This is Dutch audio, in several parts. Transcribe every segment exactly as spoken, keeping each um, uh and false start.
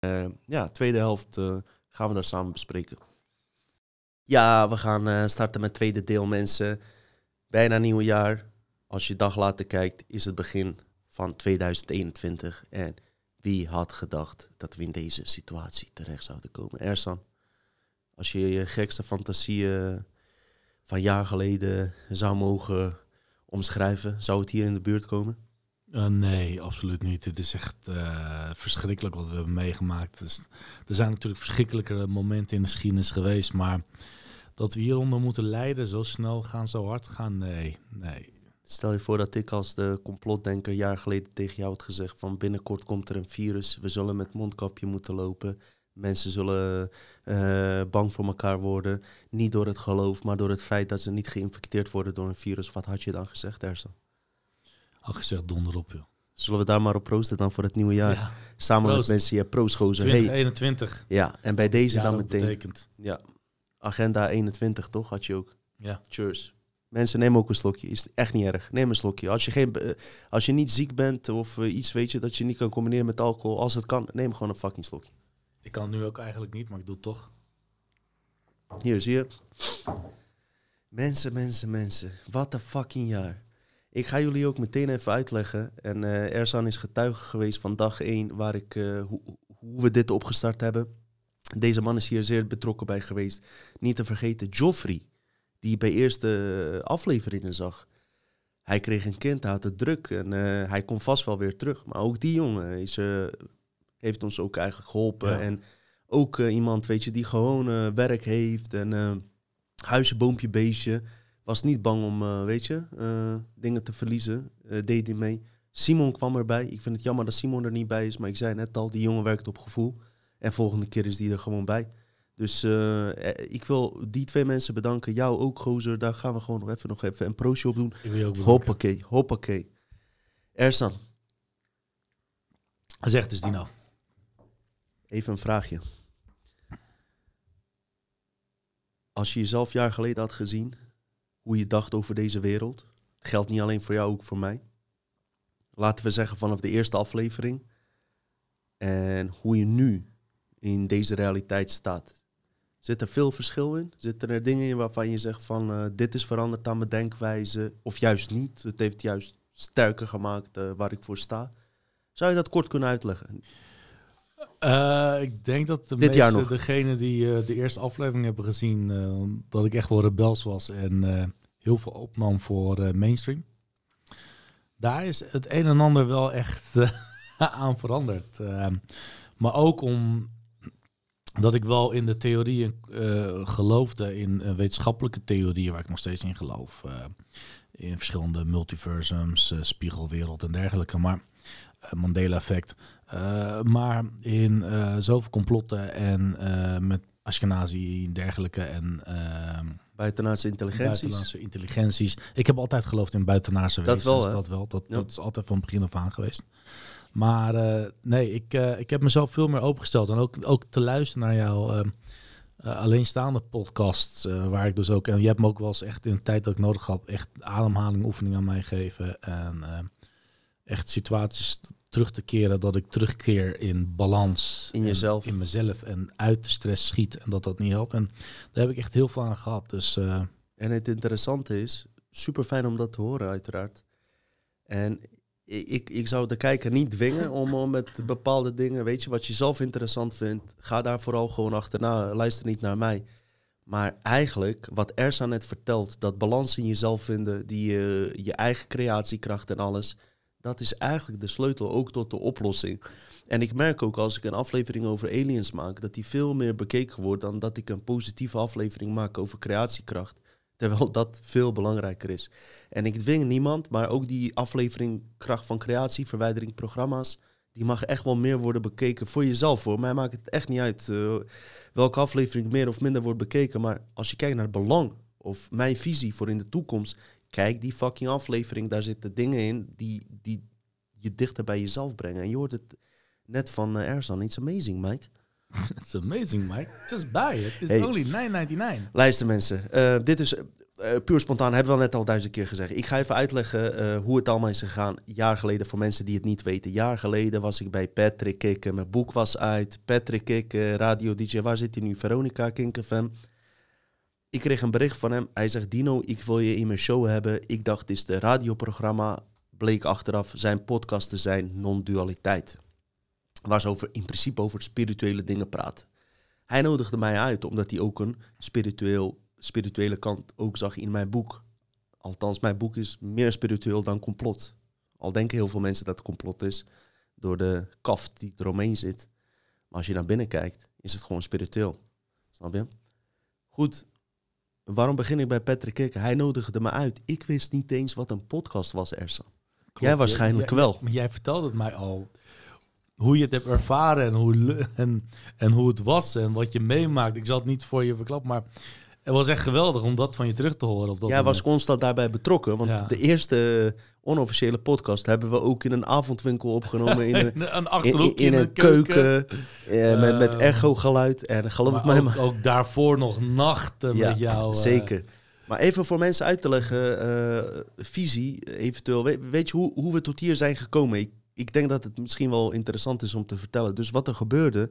Uh, ja, tweede helft uh, gaan we daar samen bespreken. Ja, we gaan uh, starten met tweede deel, mensen. Bijna nieuw jaar. Als je dag later kijkt, is het begin van tweeduizend eenentwintig. En wie had gedacht dat we in deze situatie terecht zouden komen? Ersan, als je je gekste fantasieën van een jaar geleden zou mogen omschrijven, zou het hier in de buurt komen? Uh, nee, absoluut niet. Het is echt uh, verschrikkelijk wat we hebben meegemaakt. Dus, er zijn natuurlijk verschrikkelijke momenten in de geschiedenis geweest, maar dat we hieronder moeten lijden, zo snel gaan, zo hard gaan, nee, nee. Stel je voor dat ik als de complotdenker een jaar geleden tegen jou had gezegd van binnenkort komt er een virus, we zullen met mondkapje moeten lopen, mensen zullen uh, bang voor elkaar worden, niet door het geloof, maar door het feit dat ze niet geïnfecteerd worden door een virus. Wat had je dan gezegd, Ersan? Had gezegd donder op, joh. Zullen we daar maar op proosten dan voor het nieuwe jaar? Ja. Samen Proost. met mensen, ja, proost gozer. twintig eenentwintig. Hey. Ja, en bij deze ja, dan dat meteen. Betekent. Ja, agenda eenentwintig toch, had je ook. Ja. Cheers. Mensen, neem ook een slokje. Is echt niet erg. Neem een slokje. Als je, geen, uh, als je niet ziek bent of uh, iets weet je dat je niet kan combineren met alcohol, als het kan, neem gewoon een fucking slokje. Ik kan het nu ook eigenlijk niet, maar ik doe het toch. Hier, zie je. Mensen, mensen, mensen. Wat een fucking jaar. Ik ga jullie ook meteen even uitleggen. En uh, Ersan is getuige geweest van dag één waar ik, uh, hoe, hoe we dit opgestart hebben. Deze man is hier zeer betrokken bij geweest. Niet te vergeten, Joffrey, die bij eerste afleveringen zag. Hij kreeg een kind, hij had het druk en uh, hij komt vast wel weer terug. Maar ook die jongen is, uh, heeft ons ook eigenlijk geholpen. Ja. En ook uh, iemand, weet je, die gewoon uh, werk heeft en uh, huisje, boompje, beestje. Was niet bang om, uh, weet je, uh, dingen te verliezen. Uh, deed hij mee. Simon kwam erbij. Ik vind het jammer dat Simon er niet bij is, maar ik zei net al, die jongen werkt op gevoel. En volgende keer is die er gewoon bij. Dus uh, ik wil die twee mensen bedanken. Jou ook, gozer. Daar gaan we gewoon nog even, nog even een proostje op doen. Ik wil je ook hoppakee, hoppakee. Ersan. Zegt dus die nou. Even een vraagje. Als je jezelf een jaar geleden had gezien, hoe je dacht over deze wereld, geldt niet alleen voor jou, ook voor mij. Laten we zeggen vanaf de eerste aflevering. En hoe je nu in deze realiteit staat. Zit er veel verschil in? Zitten er dingen in waarvan je zegt van uh, dit is veranderd aan mijn denkwijze, of juist niet? Het heeft juist sterker gemaakt uh, waar ik voor sta. Zou je dat kort kunnen uitleggen? Uh, ik denk dat de Dit meeste, degenen die uh, de eerste aflevering hebben gezien, uh, dat ik echt wel rebels was en uh, heel veel opnam voor uh, mainstream. Daar is het een en ander wel echt uh, aan veranderd. Uh, maar ook om dat ik wel in de theorieën uh, geloofde, in uh, wetenschappelijke theorieën waar ik nog steeds in geloof. Uh, in verschillende multiversums, uh, spiegelwereld en dergelijke. Maar uh, Mandela-effect. Uh, maar in uh, zoveel complotten en uh, met Ashkenazi en dergelijke en uh, buitenaardse intelligenties. Buitenaardse intelligenties. Ik heb altijd geloofd in buitenaardse dat wezens. Wel, dat wel. Dat, ja. dat is altijd van begin af aan geweest. Maar uh, nee, ik, uh, ik heb mezelf veel meer opengesteld. En ook, ook te luisteren naar jouw uh, uh, alleenstaande podcasts. Uh, waar ik dus ook... En je hebt me ook wel eens echt in de tijd dat ik nodig had... echt ademhaling oefeningen aan mij gegeven. En uh, echt situaties terug te keren... dat ik terugkeer in balans. In jezelf. In mezelf. En uit de stress schiet. En dat dat niet helpt. En daar heb ik echt heel veel aan gehad. Dus, uh, en het interessante is... super fijn om dat te horen uiteraard. En... Ik, ik zou de kijker niet dwingen om, om met bepaalde dingen, weet je, wat je zelf interessant vindt, ga daar vooral gewoon achterna, luister niet naar mij. Maar eigenlijk, wat Ersan net vertelt, dat balans in jezelf vinden, die, uh, je eigen creatiekracht en alles, dat is eigenlijk de sleutel ook tot de oplossing. En ik merk ook als ik een aflevering over aliens maak, dat die veel meer bekeken wordt dan dat ik een positieve aflevering maak over creatiekracht. Terwijl dat veel belangrijker is. En ik dwing niemand, maar ook die aflevering Kracht van Creatie, verwijdering programma's, die mag echt wel meer worden bekeken voor jezelf. Voor mij maakt het echt niet uit uh, welke aflevering meer of minder wordt bekeken. Maar als je kijkt naar het belang of mijn visie voor in de toekomst, kijk die fucking aflevering, daar zitten dingen in die, die je dichter bij jezelf brengen. En je hoort het net van uh, Ersan. It's amazing, Mike. It's amazing, Mike. Just buy it. It's hey. only nine ninety-nine. Luister mensen, uh, dit is... uh, puur spontaan, hebben we al net al duizend keer gezegd. Ik ga even uitleggen uh, hoe het allemaal is gegaan. Een jaar geleden, voor mensen die het niet weten. Een jaar geleden was ik bij Patrick Kikken. Mijn boek was uit. Patrick Kikken, radio D J. Waar zit hij nu? Veronica, Kink F M. Ik kreeg een bericht van hem. Hij zegt, Dino, ik wil je in mijn show hebben. Ik dacht, het is de radioprogramma. Bleek achteraf zijn podcast te zijn, non-dualiteit. Waar ze over, in principe over spirituele dingen praten. Hij nodigde mij uit, omdat hij ook een spiritueel, spirituele kant ook zag in mijn boek. Althans, mijn boek is meer spiritueel dan complot. Al denken heel veel mensen dat het complot is, door de kaft die eromheen zit. Maar als je naar binnen kijkt, is het gewoon spiritueel. Snap je? Goed, waarom begin ik bij Patrick Kikken? Hij nodigde me uit. Ik wist niet eens wat een podcast was, Ersan. Jij waarschijnlijk jij, wel. Maar jij vertelde het mij al. Hoe je het hebt ervaren en hoe, en, en hoe het was en wat je meemaakt. Ik zal het niet voor je verklappen, maar het was echt geweldig om dat van je terug te horen. Op dat Jij was constant daarbij betrokken, want ja. de eerste onofficiële podcast hebben we ook in een avondwinkel opgenomen. In een, een achterhoekje in, in, in een keuken, keuken uh, met, met echo-geluid. En geloof mij ook, maar. Ook daarvoor nog nachten ja, met jou. Uh, zeker. Maar even voor mensen uit te leggen, uh, visie eventueel. We, weet je hoe, hoe we tot hier zijn gekomen? Ik, ik denk dat het misschien wel interessant is om te vertellen. Dus wat er gebeurde,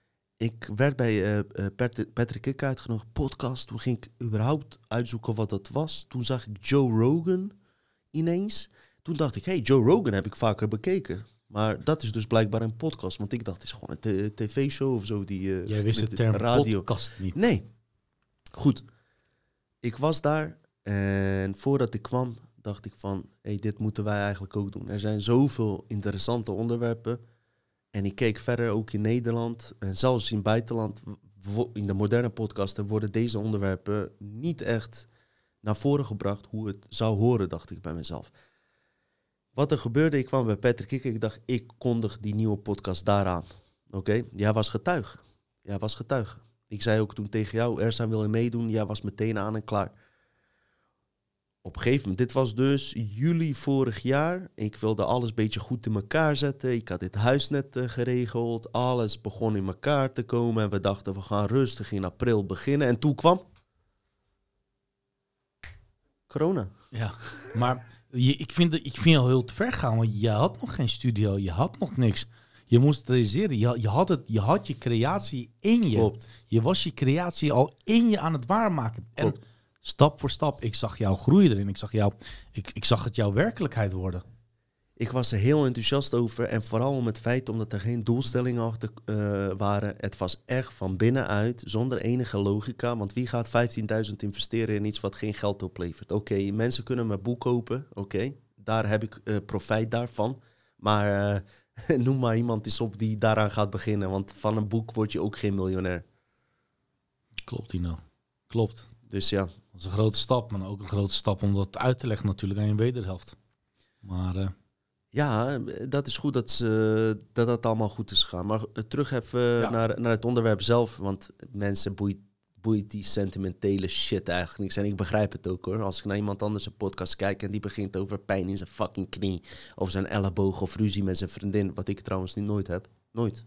ik werd bij uh, Patrick Kikken uitgenodigd, podcast. Toen ging ik überhaupt uitzoeken wat dat was. Toen zag ik Joe Rogan ineens. Toen dacht ik, hey, Joe Rogan heb ik vaker bekeken. Maar dat is dus blijkbaar een podcast. Want ik dacht, het is gewoon een t- tv-show of zo. Die, uh, Jij wist de term radio. Podcast niet. Nee. Goed. Ik was daar en voordat ik kwam, dacht ik van, hey, dit moeten wij eigenlijk ook doen. Er zijn zoveel interessante onderwerpen. En ik keek verder, ook in Nederland en zelfs in het buitenland. In de moderne podcasten worden deze onderwerpen niet echt naar voren gebracht hoe het zou horen, dacht ik bij mezelf. Wat er gebeurde, ik kwam bij Patrick Kikken. Ik dacht, ik kondig die nieuwe podcast daaraan. Oké, okay? Jij was getuige. Jij was getuige. Ik zei ook toen tegen jou, Ersan wil je meedoen? Jij was meteen aan en klaar. Op een gegeven moment, dit was dus juli vorig jaar. Ik wilde alles een beetje goed in elkaar zetten. Ik had dit huis net uh, geregeld. Alles begon in elkaar te komen. En we dachten, we gaan rustig in april beginnen. En toen kwam corona. Ja, maar je, ik, vind het, ik vind het al heel te ver gaan. Want je had nog geen studio. Je had nog niks. Je moest realiseren. Je, je, had het, je had je creatie in je. Klopt. Je was je creatie al in je aan het waarmaken. En Klopt. Stap voor stap. Ik zag jou groeien erin. Ik zag, jou, ik, ik zag het jouw werkelijkheid worden. Ik was er heel enthousiast over. En vooral om het feit omdat er geen doelstellingen achter uh, waren. Het was echt van binnenuit, zonder enige logica. Want wie gaat vijftienduizend investeren in iets wat geen geld oplevert? Oké, okay, mensen kunnen mijn boek kopen. Oké, okay, daar heb ik uh, profijt daarvan. Maar uh, noem maar iemand eens op die daaraan gaat beginnen. Want van een boek word je ook geen miljonair. Klopt, Dino. Klopt. Dus ja. Dat is een grote stap, maar ook een grote stap om dat uit te leggen natuurlijk aan je wederhelft. Maar uh... ja, dat is goed dat, ze, dat dat allemaal goed is gegaan. Maar uh, terug even ja. naar, naar het onderwerp zelf. Want mensen boeit, boeit die sentimentele shit eigenlijk niks. En ik begrijp het ook hoor. Als ik naar iemand anders een podcast kijk en die begint over pijn in zijn fucking knie. Of zijn elleboog of ruzie met zijn vriendin. Wat ik trouwens niet nooit heb. Nooit.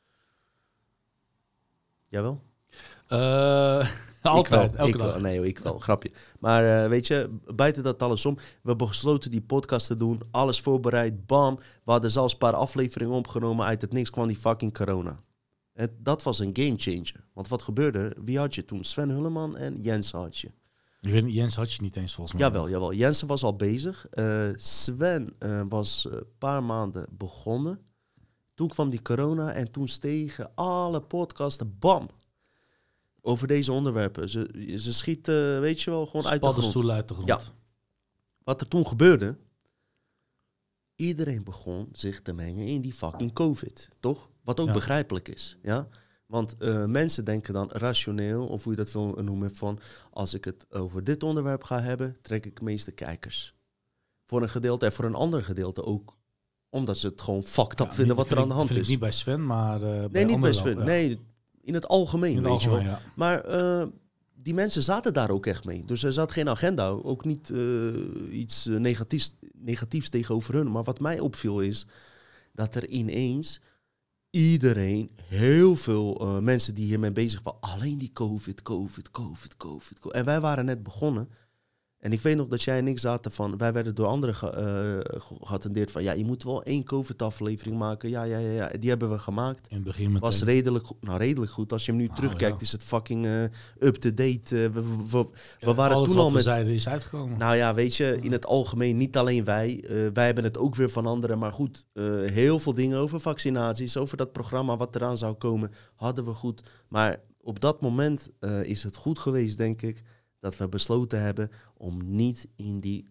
Jawel? Uh... Altijd, ik elke ik dag. Wel. Nee, ik wel, grapje. Maar uh, weet je, buiten dat alles om, we hebben besloten die podcast te doen, alles voorbereid, bam. We hadden zelfs een paar afleveringen opgenomen, uit het niks kwam die fucking corona. En dat was een gamechanger. Want wat gebeurde? Wie had je toen? Sven Hulleman en Jens had je. Ik weet niet, Jens had je niet eens volgens mij. Jawel, jawel. Jensen was al bezig. Uh, Sven uh, was een paar maanden begonnen. Toen kwam die corona en toen stegen alle podcasten, bam. Over deze onderwerpen. Ze, ze schieten, weet je wel, gewoon uit de grond. uit de grond. Ja. Wat er toen gebeurde, iedereen begon zich te mengen in die fucking COVID, toch? Wat ook ja. begrijpelijk is, ja? Want uh, mensen denken dan rationeel, of hoe je dat wil noemen, van als ik het over dit onderwerp ga hebben, trek ik de meeste kijkers. Voor een gedeelte en voor een ander gedeelte ook, omdat ze het gewoon fucked up ja, vinden wat er aan de hand vind is. Ik niet bij Sven, maar uh, bij nee, niet bij Sven. Wel, ja. Nee, in het algemeen, in het weet algemeen, je wel. Ja. Maar uh, die mensen zaten daar ook echt mee. Dus er zat geen agenda, ook niet uh, iets uh, negatiefs, negatiefs tegenover hun. Maar wat mij opviel is dat er ineens iedereen, heel veel uh, mensen die hiermee bezig waren, alleen die COVID, COVID, COVID, COVID, COVID. En wij waren net begonnen. En ik weet nog dat jij en ik zaten van... Wij werden door anderen ge, uh, geattendeerd van... Ja, je moet wel één COVID-aflevering maken. Ja, ja, ja, ja. Die hebben we gemaakt. In het begin meteen. Was redelijk goed. Nou, redelijk goed. Als je hem nu oh, terugkijkt, ja. is het fucking uh, up-to-date. Uh, we we, we, ja, we waren alles toen wat al we met... zeiden is uitgekomen. Nou ja, weet je, in het algemeen niet alleen wij. Uh, wij hebben het ook weer van anderen. Maar goed, uh, heel veel dingen over vaccinaties. Over dat programma wat eraan zou komen. Hadden we goed. Maar op dat moment uh, is het goed geweest, denk ik... dat we besloten hebben om niet in die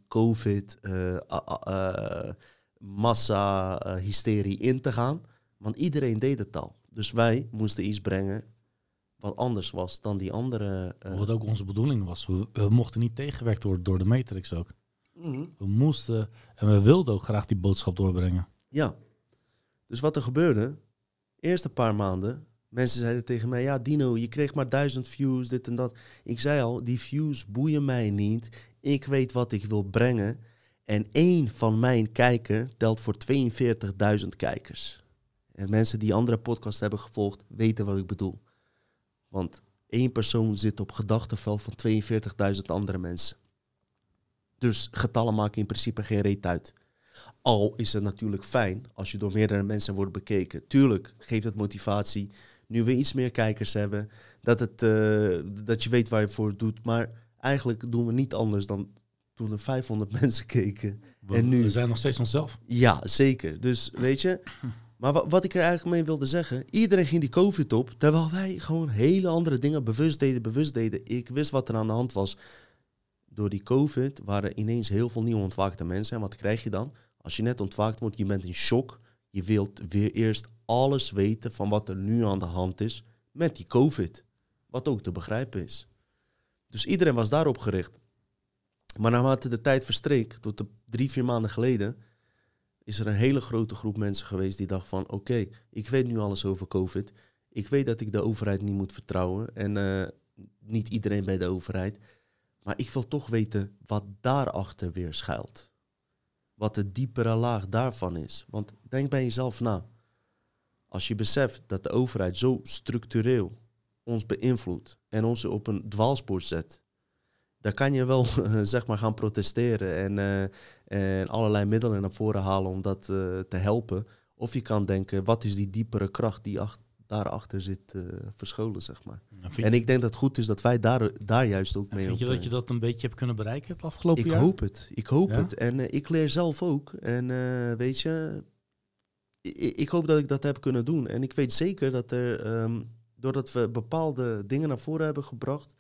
COVID-massa-hysterie uh, uh, in te gaan. Want iedereen deed het al. Dus wij moesten iets brengen wat anders was dan die andere... Uh... Wat ook onze bedoeling was. We, we mochten niet tegengewerkt worden door de Matrix ook. Mm-hmm. We moesten en we wilden ook graag die boodschap doorbrengen. Ja. Dus wat er gebeurde, eerste paar maanden... Mensen zeiden tegen mij, ja Dino, je kreeg maar duizend views, dit en dat. Ik zei al, die views boeien mij niet. Ik weet wat ik wil brengen. En één van mijn kijker telt voor tweeënveertigduizend kijkers. En mensen die andere podcasts hebben gevolgd, weten wat ik bedoel. Want één persoon zit op gedachtenveld van tweeënveertigduizend andere mensen. Dus getallen maken in principe geen reet uit. Al is het natuurlijk fijn als je door meerdere mensen wordt bekeken. Tuurlijk geeft het motivatie. Nu we iets meer kijkers hebben, dat, het, uh, dat je weet waar je voor het doet. Maar eigenlijk doen we niet anders dan toen er vijfhonderd mensen keken. We, en nu, we zijn nog steeds onszelf. Ja, zeker. Dus weet je. Maar wa- wat ik er eigenlijk mee wilde zeggen, iedereen ging die COVID op, terwijl wij gewoon hele andere dingen bewust deden, bewust deden. Ik wist wat er aan de hand was. Door die COVID waren ineens heel veel nieuw ontwaakte mensen. En wat krijg je dan? Als je net ontwaakt wordt, je bent in shock. Je wilt weer eerst alles weten van wat er nu aan de hand is met die COVID. Wat ook te begrijpen is. Dus iedereen was daarop gericht. Maar naarmate de tijd verstreek, tot de drie, vier maanden geleden, is er een hele grote groep mensen geweest die dacht van, oké, okay, ik weet nu alles over COVID. Ik weet dat ik de overheid niet moet vertrouwen. En uh, niet iedereen bij de overheid. Maar ik wil toch weten wat daarachter weer schuilt. Wat de diepere laag daarvan is. Want denk bij jezelf na. Als je beseft dat de overheid zo structureel ons beïnvloedt en ons op een dwaalspoor zet, dan kan je wel zeg maar gaan protesteren en, uh, en allerlei middelen naar voren halen om dat uh, te helpen. Of je kan denken, wat is die diepere kracht die ach- daarachter zit uh, verscholen, zeg maar. Ja, en ik denk dat het goed is dat wij daar, daar juist ook mee... Vind je op, dat je dat een beetje hebt kunnen bereiken het afgelopen ik jaar? Ik hoop het, ik hoop ja? het. En uh, ik leer zelf ook. En uh, weet je, ik, ik hoop dat ik dat heb kunnen doen. En ik weet zeker dat er, um, doordat we bepaalde dingen naar voren hebben gebracht,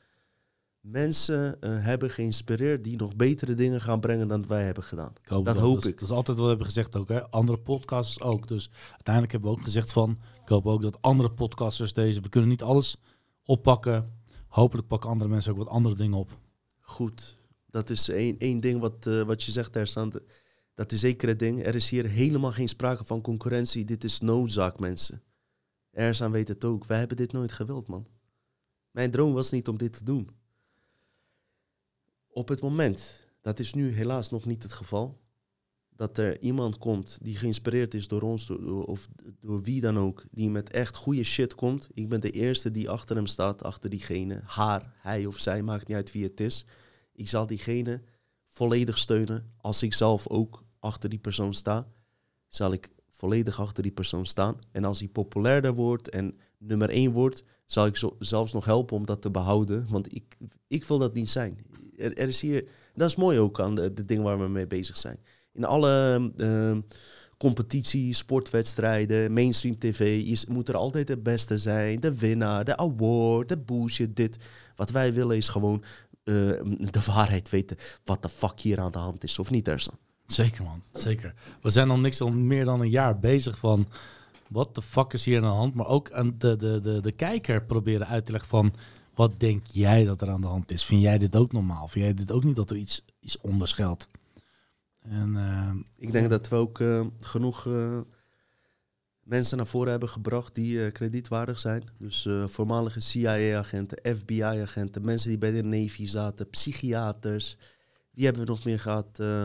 mensen uh, hebben geïnspireerd die nog betere dingen gaan brengen dan wij hebben gedaan. Ik hoop dat, dat hoop dat is, ik. Dat is altijd wat we hebben gezegd ook. Hè? Andere podcasts ook. Dus uiteindelijk hebben we ook gezegd van, ik hoop ook dat andere podcasters deze, we kunnen niet alles oppakken. Hopelijk pakken andere mensen ook wat andere dingen op. Goed. Dat is één, één ding wat, uh, wat je zegt, Ersan. Dat is zeker het ding. Er is hier helemaal geen sprake van concurrentie. Dit is noodzaak, mensen. Ersan weet het ook. Wij hebben dit nooit gewild, man. Mijn droom was niet om dit te doen. Op het moment, dat is nu helaas nog niet het geval, dat er iemand komt die geïnspireerd is door ons, door, of door wie dan ook, die met echt goede shit komt. Ik ben de eerste die achter hem staat, achter diegene. Haar, hij of zij, maakt niet uit wie het is. Ik zal diegene volledig steunen. Als ik zelf ook achter die persoon sta, zal ik volledig achter die persoon staan. En als hij populairder wordt en nummer één wordt, zal ik zo, zelfs nog helpen om dat te behouden. Want ik, ik wil dat niet zijn. Er, er is hier, dat is mooi ook aan de, de dingen waar we mee bezig zijn. In alle uh, competities, sportwedstrijden, mainstream tv, je moet er altijd de beste zijn. De winnaar, de award, de bullshit, dit. Wat wij willen is gewoon uh, de waarheid weten. Wat de fuck hier aan de hand is, of niet, Ersan? Zeker, man. Zeker. We zijn al niks al meer dan een jaar bezig van, wat de fuck is hier aan de hand? Maar ook aan de, de, de, de kijker proberen uit te leggen van, wat denk jij dat er aan de hand is? Vind jij dit ook normaal? Vind jij dit ook niet dat er iets, iets onder schuilt? En, uh, ik denk dat we ook uh, genoeg uh, mensen naar voren hebben gebracht die uh, kredietwaardig zijn. Dus uh, voormalige C I A-agenten, F B I-agenten, mensen die bij de Navy zaten, psychiaters. Wie hebben we nog meer gehad? Uh,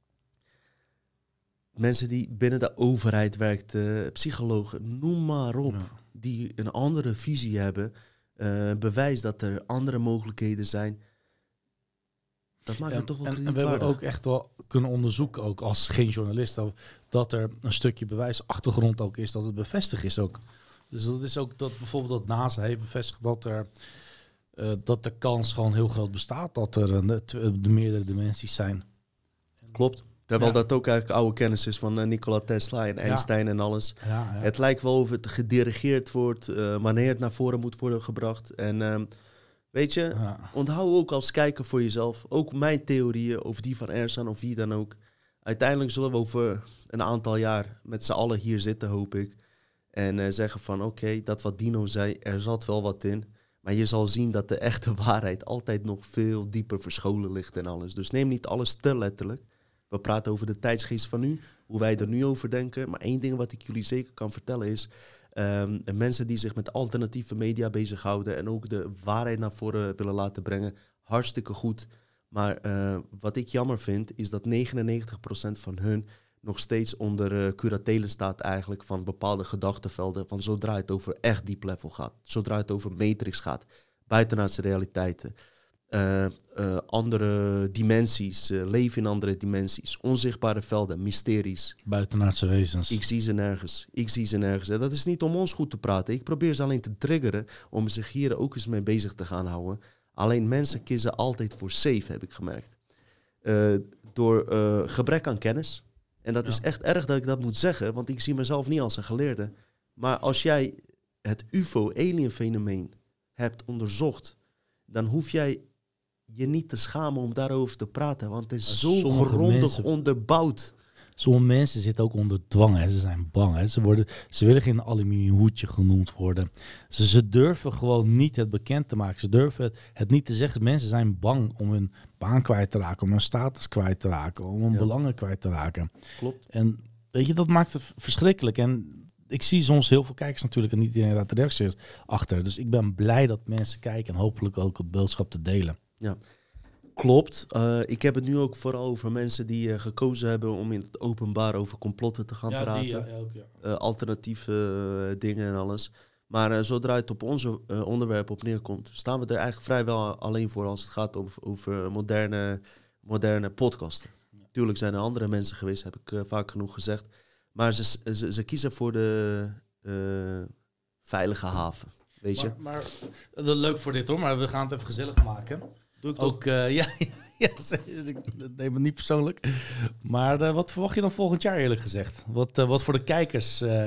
mensen die binnen de overheid werkten, psychologen, noem maar op. Ja. Die een andere visie hebben. Uh, bewijs dat er andere mogelijkheden zijn. Dat maakt Ja, het toch wel en, en we hebben kredietwaardig. ook echt wel kunnen onderzoeken, ook als geen journalist, dat, dat er een stukje bewijsachtergrond ook is, dat het bevestigd is ook. Dus dat is ook dat bijvoorbeeld dat NASA heeft bevestigd dat er uh, dat de kans gewoon heel groot bestaat dat er een, de, de meerdere dimensies zijn. Klopt. Terwijl Ja. dat ook eigenlijk oude kennis is van uh, Nikola Tesla en Einstein ja. en alles. Ja, ja. Het lijkt wel of het gedirigeerd wordt, uh, wanneer het naar voren moet worden gebracht. En uh, weet je, ja. onthoud ook als kijker voor jezelf, ook mijn theorieën of die van Ersan of wie dan ook. Uiteindelijk zullen we over een aantal jaar met z'n allen hier zitten, hoop ik. En uh, zeggen van oké, okay, dat wat Dino zei, er zat wel wat in. Maar je zal zien dat de echte waarheid altijd nog veel dieper verscholen ligt en alles. Dus neem niet alles te letterlijk. We praten over de tijdsgeest van nu, hoe wij er nu over denken. Maar één ding wat ik jullie zeker kan vertellen is... Um, mensen die zich met alternatieve media bezighouden... en ook de waarheid naar voren willen laten brengen, hartstikke goed. Maar uh, wat ik jammer vind, is dat negenennegentig procent van hun... nog steeds onder uh, curatelen staat eigenlijk van bepaalde gedachtenvelden... van zodra het over echt deep level gaat, zodra het over matrix gaat... buitenaardse realiteiten... Uh, uh, andere dimensies, uh, leven in andere dimensies, onzichtbare velden, mysteries. Buitenaardse wezens. Ik zie ze nergens. Ik zie ze nergens. En dat is niet om ons goed te praten. Ik probeer ze alleen te triggeren om zich hier ook eens mee bezig te gaan houden. Alleen mensen kiezen altijd voor safe, heb ik gemerkt. Uh, door uh, gebrek aan kennis. En dat ja. is echt erg dat ik dat moet zeggen, want ik zie mezelf niet als een geleerde. Maar als jij het U F O-alien-fenomeen hebt onderzocht, dan hoef jij je niet te schamen om daarover te praten, want het is zo grondig mensen, onderbouwd. Sommige mensen zitten ook onder dwang, hè. Ze zijn bang. Hè. Ze, worden, ze willen geen aluminium hoedje genoemd worden. Ze, ze durven gewoon niet het bekend te maken. Ze durven het, het niet te zeggen. Mensen zijn bang om hun baan kwijt te raken, om hun status kwijt te raken, om hun ja. belangen kwijt te raken. Klopt. En weet je, dat maakt het verschrikkelijk. En ik zie soms heel veel kijkers natuurlijk en niet iedereen laat de reacties achter. Dus ik ben blij dat mensen kijken en hopelijk ook het boodschap te delen. Ja, klopt. Uh, ik heb het nu ook vooral over mensen die uh, gekozen hebben om in het openbaar over complotten te gaan ja, praten. Die, ja, ja, ook, ja. Uh, alternatieve uh, dingen en alles. Maar uh, zodra het op onze uh, onderwerp op neerkomt, staan we er eigenlijk vrijwel alleen voor als het gaat over, over moderne, moderne podcasten. Ja. Tuurlijk zijn er andere mensen geweest, heb ik uh, vaak genoeg gezegd. Maar ze, ze, ze kiezen voor de uh, veilige haven. Weet je? Maar, maar dat is leuk voor dit hoor, maar we gaan het even gezellig maken. Doe ik ook, uh, ja, ja, ik neem het niet persoonlijk. Maar uh, wat verwacht je dan volgend jaar eerlijk gezegd? Wat, uh, wat voor de kijkers? Uh...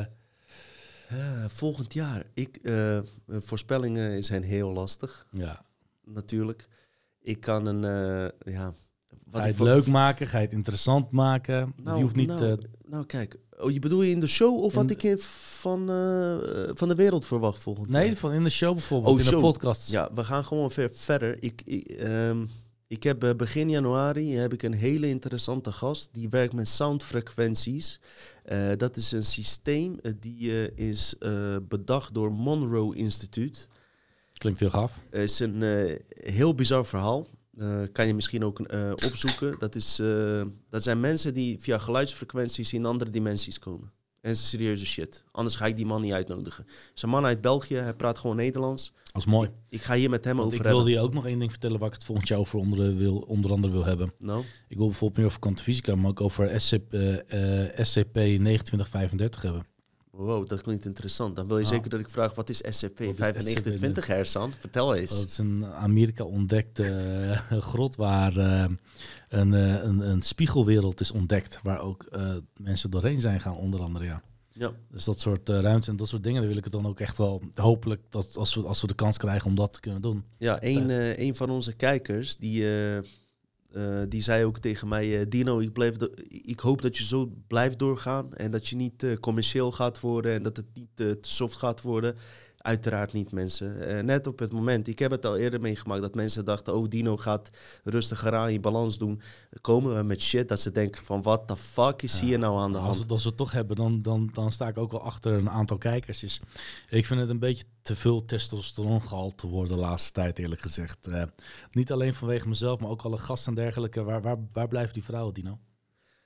Uh, volgend jaar? Ik, uh, voorspellingen zijn heel lastig. Ja. Natuurlijk. Ik kan een... Uh, ja, wat ga je het voor... leuk maken? Ga je het interessant maken? Nou, je hoeft niet... Nou, uh... nou kijk, oh, je bedoel je in de show of in... wat ik in van, uh, van de wereld verwacht volgend nee, jaar? Nee, van in de show bijvoorbeeld, oh, in show. de podcast. Ja, we gaan gewoon ver, verder. Ik, ik, um, ik heb uh, begin januari heb ik een hele interessante gast. Die werkt met soundfrequenties. Uh, dat is een systeem uh, die uh, is uh, bedacht door Monroe Instituut. Klinkt heel gaaf. Het uh, is een uh, heel bizar verhaal. Uh, kan je misschien ook uh, opzoeken. Dat, is, uh, dat zijn mensen die via geluidsfrequenties in andere dimensies komen. En dat is serieuze shit. Anders ga ik die man niet uitnodigen. Het is een man uit België. Hij praat gewoon Nederlands. Dat is mooi. Ik, ik ga hier met hem Want over ik hebben. wilde je ook nog één ding vertellen waar ik het volgend jaar over onder, wil, onder andere wil hebben. No? Ik wil bijvoorbeeld meer over kwantumfysica, maar ook over S C P, uh, uh, S C P negenentwintig vijfendertig hebben. Wow, dat klinkt interessant. Dan wil je ah. zeker dat ik vraag, wat is S C P vijfennegentig hersan? Vertel eens. Dat is een Amerika ontdekte uh, grot waar uh, een, uh, een, een spiegelwereld is ontdekt. Waar ook uh, mensen doorheen zijn gaan, onder andere, ja. Ja. Dus dat soort uh, ruimte en dat soort dingen, daar wil ik het dan ook echt wel hopelijk dat als we, als we de kans krijgen om dat te kunnen doen. Ja, een, uh, een van onze kijkers die, uh, uh, die zei ook tegen mij, uh, Dino, ik, blijf do- ik hoop dat je zo blijft doorgaan en dat je niet uh, commercieel gaat worden en dat het niet uh, te soft gaat worden. Uiteraard niet, mensen. Uh, net op het moment, ik heb het al eerder meegemaakt, dat mensen dachten, oh, Dino gaat rustiger aan je balans doen. Dan komen we met shit dat ze denken van, what the fuck is ja, hier nou aan de hand? Als we, als we het toch hebben, dan, dan, dan sta ik ook wel achter een aantal kijkers. Dus ik vind het een beetje te veel testosteron gehaald te worden de laatste tijd, eerlijk gezegd. Uh, niet alleen vanwege mezelf, maar ook alle gasten en dergelijke. Waar, waar, waar blijven die vrouwen, Dino?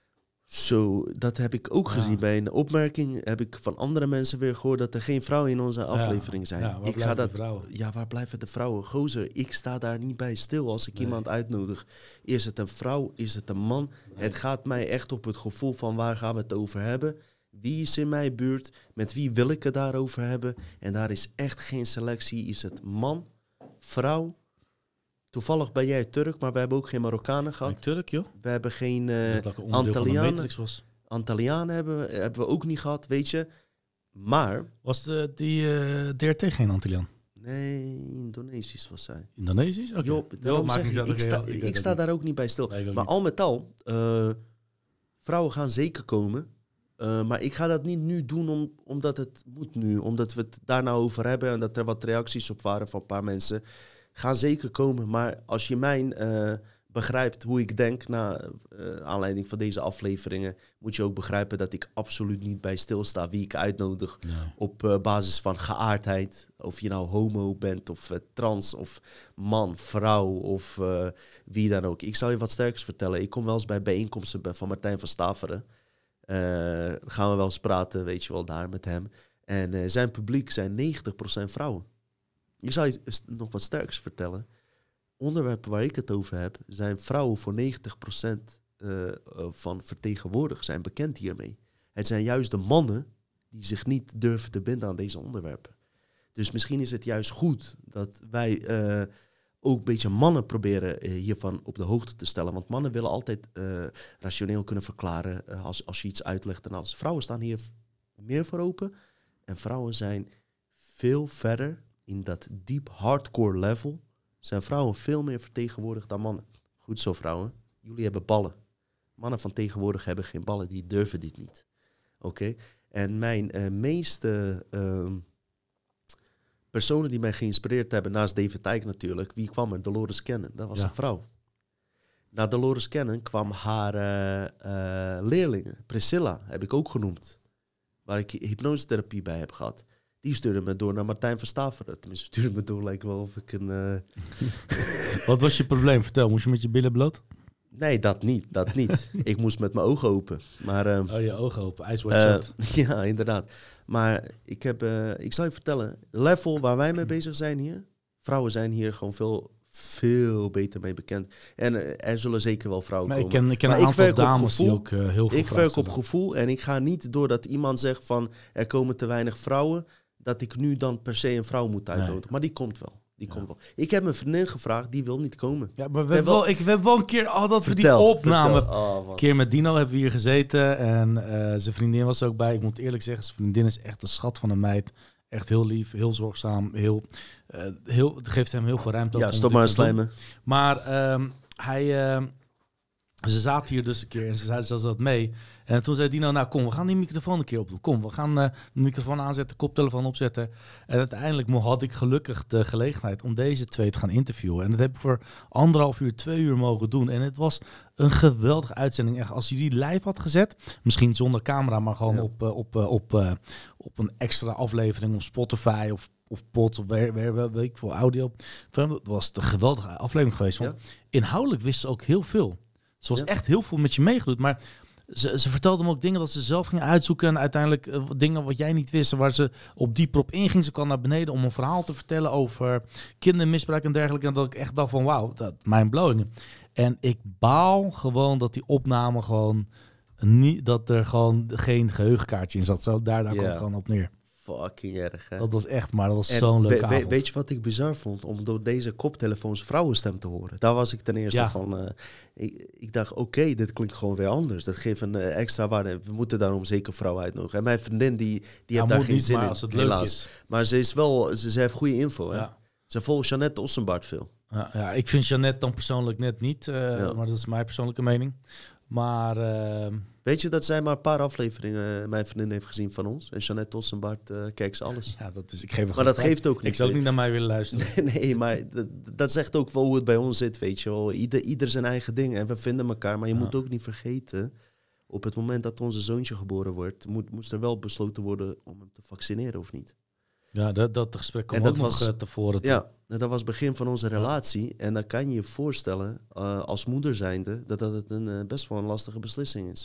Zo, dat heb ik ook Ja. gezien. Bij een opmerking heb ik van andere mensen weer gehoord dat er geen vrouwen in onze aflevering zijn. Ja, waar ik ga blijven dat. de vrouwen? Ja, waar blijven de vrouwen? Gozer, ik sta daar niet bij stil als ik Nee. iemand uitnodig. Is het een vrouw? Is het een man? Nee. Het gaat mij echt op het gevoel van waar gaan we het over hebben? Wie is in mijn buurt? Met wie wil ik het daarover hebben? En daar is echt geen selectie. Is het man, vrouw? Toevallig ben jij Turk, maar we hebben ook geen Marokkanen Ben gehad. ik Turk, joh? We hebben geen eh dat ik een onderdeel van de Antillianen. Matrix was. Antillianen hebben we, hebben we ook niet gehad, weet je. Maar, Was de, die eh, D R T geen Antilliaan? nee, Indonesisch was zij. Indonesisch? Oké. Joh, daarom maakt zeg niet ik, uit, ik oké, sta, ja, weet ik het sta niet. daar ook niet bij stil. Nee, ik ook Maar niet. al met al, eh, vrouwen gaan zeker komen. Uh, maar ik ga dat niet nu doen om, omdat het moet nu. Omdat we het daar nou over hebben en dat er wat reacties op waren van een paar mensen. Gaan zeker komen. Maar als je mij uh, begrijpt hoe ik denk na uh, aanleiding van deze afleveringen, moet je ook begrijpen dat ik absoluut niet bij stilsta wie ik uitnodig. Nee. Op uh, basis van geaardheid. Of je nou homo bent of uh, trans of man, vrouw of uh, wie dan ook. Ik zal je wat sterks vertellen. Ik kom wel eens bij bijeenkomsten van Martijn van Staveren. Uh, gaan we wel eens praten, weet je wel, daar met hem. En uh, zijn publiek zijn negentig procent vrouwen. Ik zal je nog wat sterks vertellen. Onderwerpen waar ik het over heb, zijn vrouwen voor negentig procent uh, uh, van vertegenwoordigd, zijn bekend hiermee. Het zijn juist de mannen die zich niet durven te binden aan deze onderwerpen. Dus misschien is het juist goed dat wij uh, ook een beetje mannen proberen uh, hiervan op de hoogte te stellen. Want mannen willen altijd uh, rationeel kunnen verklaren uh, als, als je iets uitlegt en alles. Vrouwen staan hier meer voor open. En vrouwen zijn veel verder in dat diep hardcore level. Zijn vrouwen veel meer vertegenwoordigd dan mannen. Goed zo, vrouwen. Jullie hebben ballen. Mannen van tegenwoordig hebben geen ballen. Die durven dit niet. Oké? Okay? En mijn uh, meeste uh, personen die mij geïnspireerd hebben, naast David Icke natuurlijk, wie kwam er? Dolores Cannon. Dat was ja. een vrouw. Na Dolores Cannon kwam haar uh, uh, leerlinge. Priscilla heb ik ook genoemd. Waar ik hypnosetherapie bij heb gehad. Die stuurde me door naar Martijn van Staveren. Tenminste, stuurde me door, lijkt wel of ik een... Uh... Wat was je probleem? Vertel, moest je met je billen bloot? Nee, dat niet. Dat niet. Ik moest met mijn ogen open. Maar, uh, oh, je ogen open. Ice watch uh, Ja, inderdaad. Maar ik, heb, uh, ik zal je vertellen. Level waar wij mee bezig zijn hier. Vrouwen zijn hier gewoon veel, veel beter mee bekend. En uh, er zullen zeker wel vrouwen maar komen. Ik ken, ik ken maar een aantal ik dames die ook uh, heel veel Ik werk op gevoel. En ik ga niet doordat iemand zegt van er komen te weinig vrouwen, dat ik nu dan per se een vrouw moet uitnodigen. Nee. Maar die komt wel. Die ja. komt wel. Ik heb mijn vriendin gevraagd, die wil niet komen. Ja, maar we hebben wel, ik, we hebben wel een keer al oh, dat vertel, we die opname. Oh, een keer met Dino hebben we hier gezeten en uh, zijn vriendin was er ook bij. Ik moet eerlijk zeggen, zijn vriendin is echt een schat van een meid. Echt heel lief, heel zorgzaam, heel, uh, heel geeft hem heel veel ruimte. Ja, stop maar slijmen. Maar um, hij, uh, ze zaten hier dus een keer en ze zei zelfs dat mee. En toen zei Dino, nou kom, we gaan die microfoon een keer opdoen. Kom, we gaan uh, de microfoon aanzetten, koptelefoon opzetten. En uiteindelijk had ik gelukkig de gelegenheid om deze twee te gaan interviewen. En dat heb ik voor anderhalf uur, twee uur mogen doen. En het was een geweldige uitzending. Echt, als je die live had gezet, misschien zonder camera, maar gewoon ja. op, uh, op, uh, op, uh, op een extra aflevering op Spotify of, of Pod of weer, weer, weet ik veel, audio. Het was een geweldige aflevering geweest. Want ja. inhoudelijk wist ze ook heel veel. Ze was ja. echt heel veel met je meegedoet, maar ze, ze vertelde me ook dingen dat ze zelf ging uitzoeken en uiteindelijk uh, dingen wat jij niet wist, waar ze op diep op inging. Ze kwam naar beneden om een verhaal te vertellen over kindermisbruik en dergelijke. En dat ik echt dacht van wauw, dat mindblowing. En ik baal gewoon dat die opname gewoon niet, dat er gewoon geen geheugenkaartje in zat. Zo, daar daar yeah. komt het gewoon op neer. Fucking erg, hè? Dat was echt, maar dat was zo'n leuke we, avond. Weet je wat ik bizar vond? Om door deze koptelefoons vrouwenstem te horen. Daar was ik ten eerste ja. van... Uh, ik, ik dacht, oké, okay, dit klinkt gewoon weer anders. Dat geeft een uh, extra waarde. We moeten daarom zeker vrouwen uitnodigen. En mijn vriendin, die, die ja, heeft daar geen niet, zin maar in, als het helaas. Leuk is. Maar ze is wel... Ze, ze heeft goede info, hè? Ja. Ze volgt Jeannette Ossenbaard veel. Ja, ja, ik vind Jeannette dan persoonlijk net niet. Uh, ja. Maar dat is mijn persoonlijke mening. Maar... Uh, Weet je dat zij maar een paar afleveringen mijn vriendin heeft gezien van ons? En Jeannette Ossenbaard uh, kijkt ze alles. Ja, dat is, ik geef maar dat tijd. Geeft ook niet. Ik zou ook niet naar mij willen luisteren. nee, nee, maar dat, dat zegt ook wel hoe het bij ons zit, weet je wel. Ieder, ieder zijn eigen ding en we vinden elkaar. Maar je ja. moet ook niet vergeten, op het moment dat onze zoontje geboren wordt, moet, moest er wel besloten worden om hem te vaccineren of niet. Ja, dat, dat gesprek kwam ook was, nog tevoren. Ja, dat was het begin van onze relatie. En dan kan je je voorstellen, uh, als moeder zijnde, dat dat het een, uh, best wel een lastige beslissing is.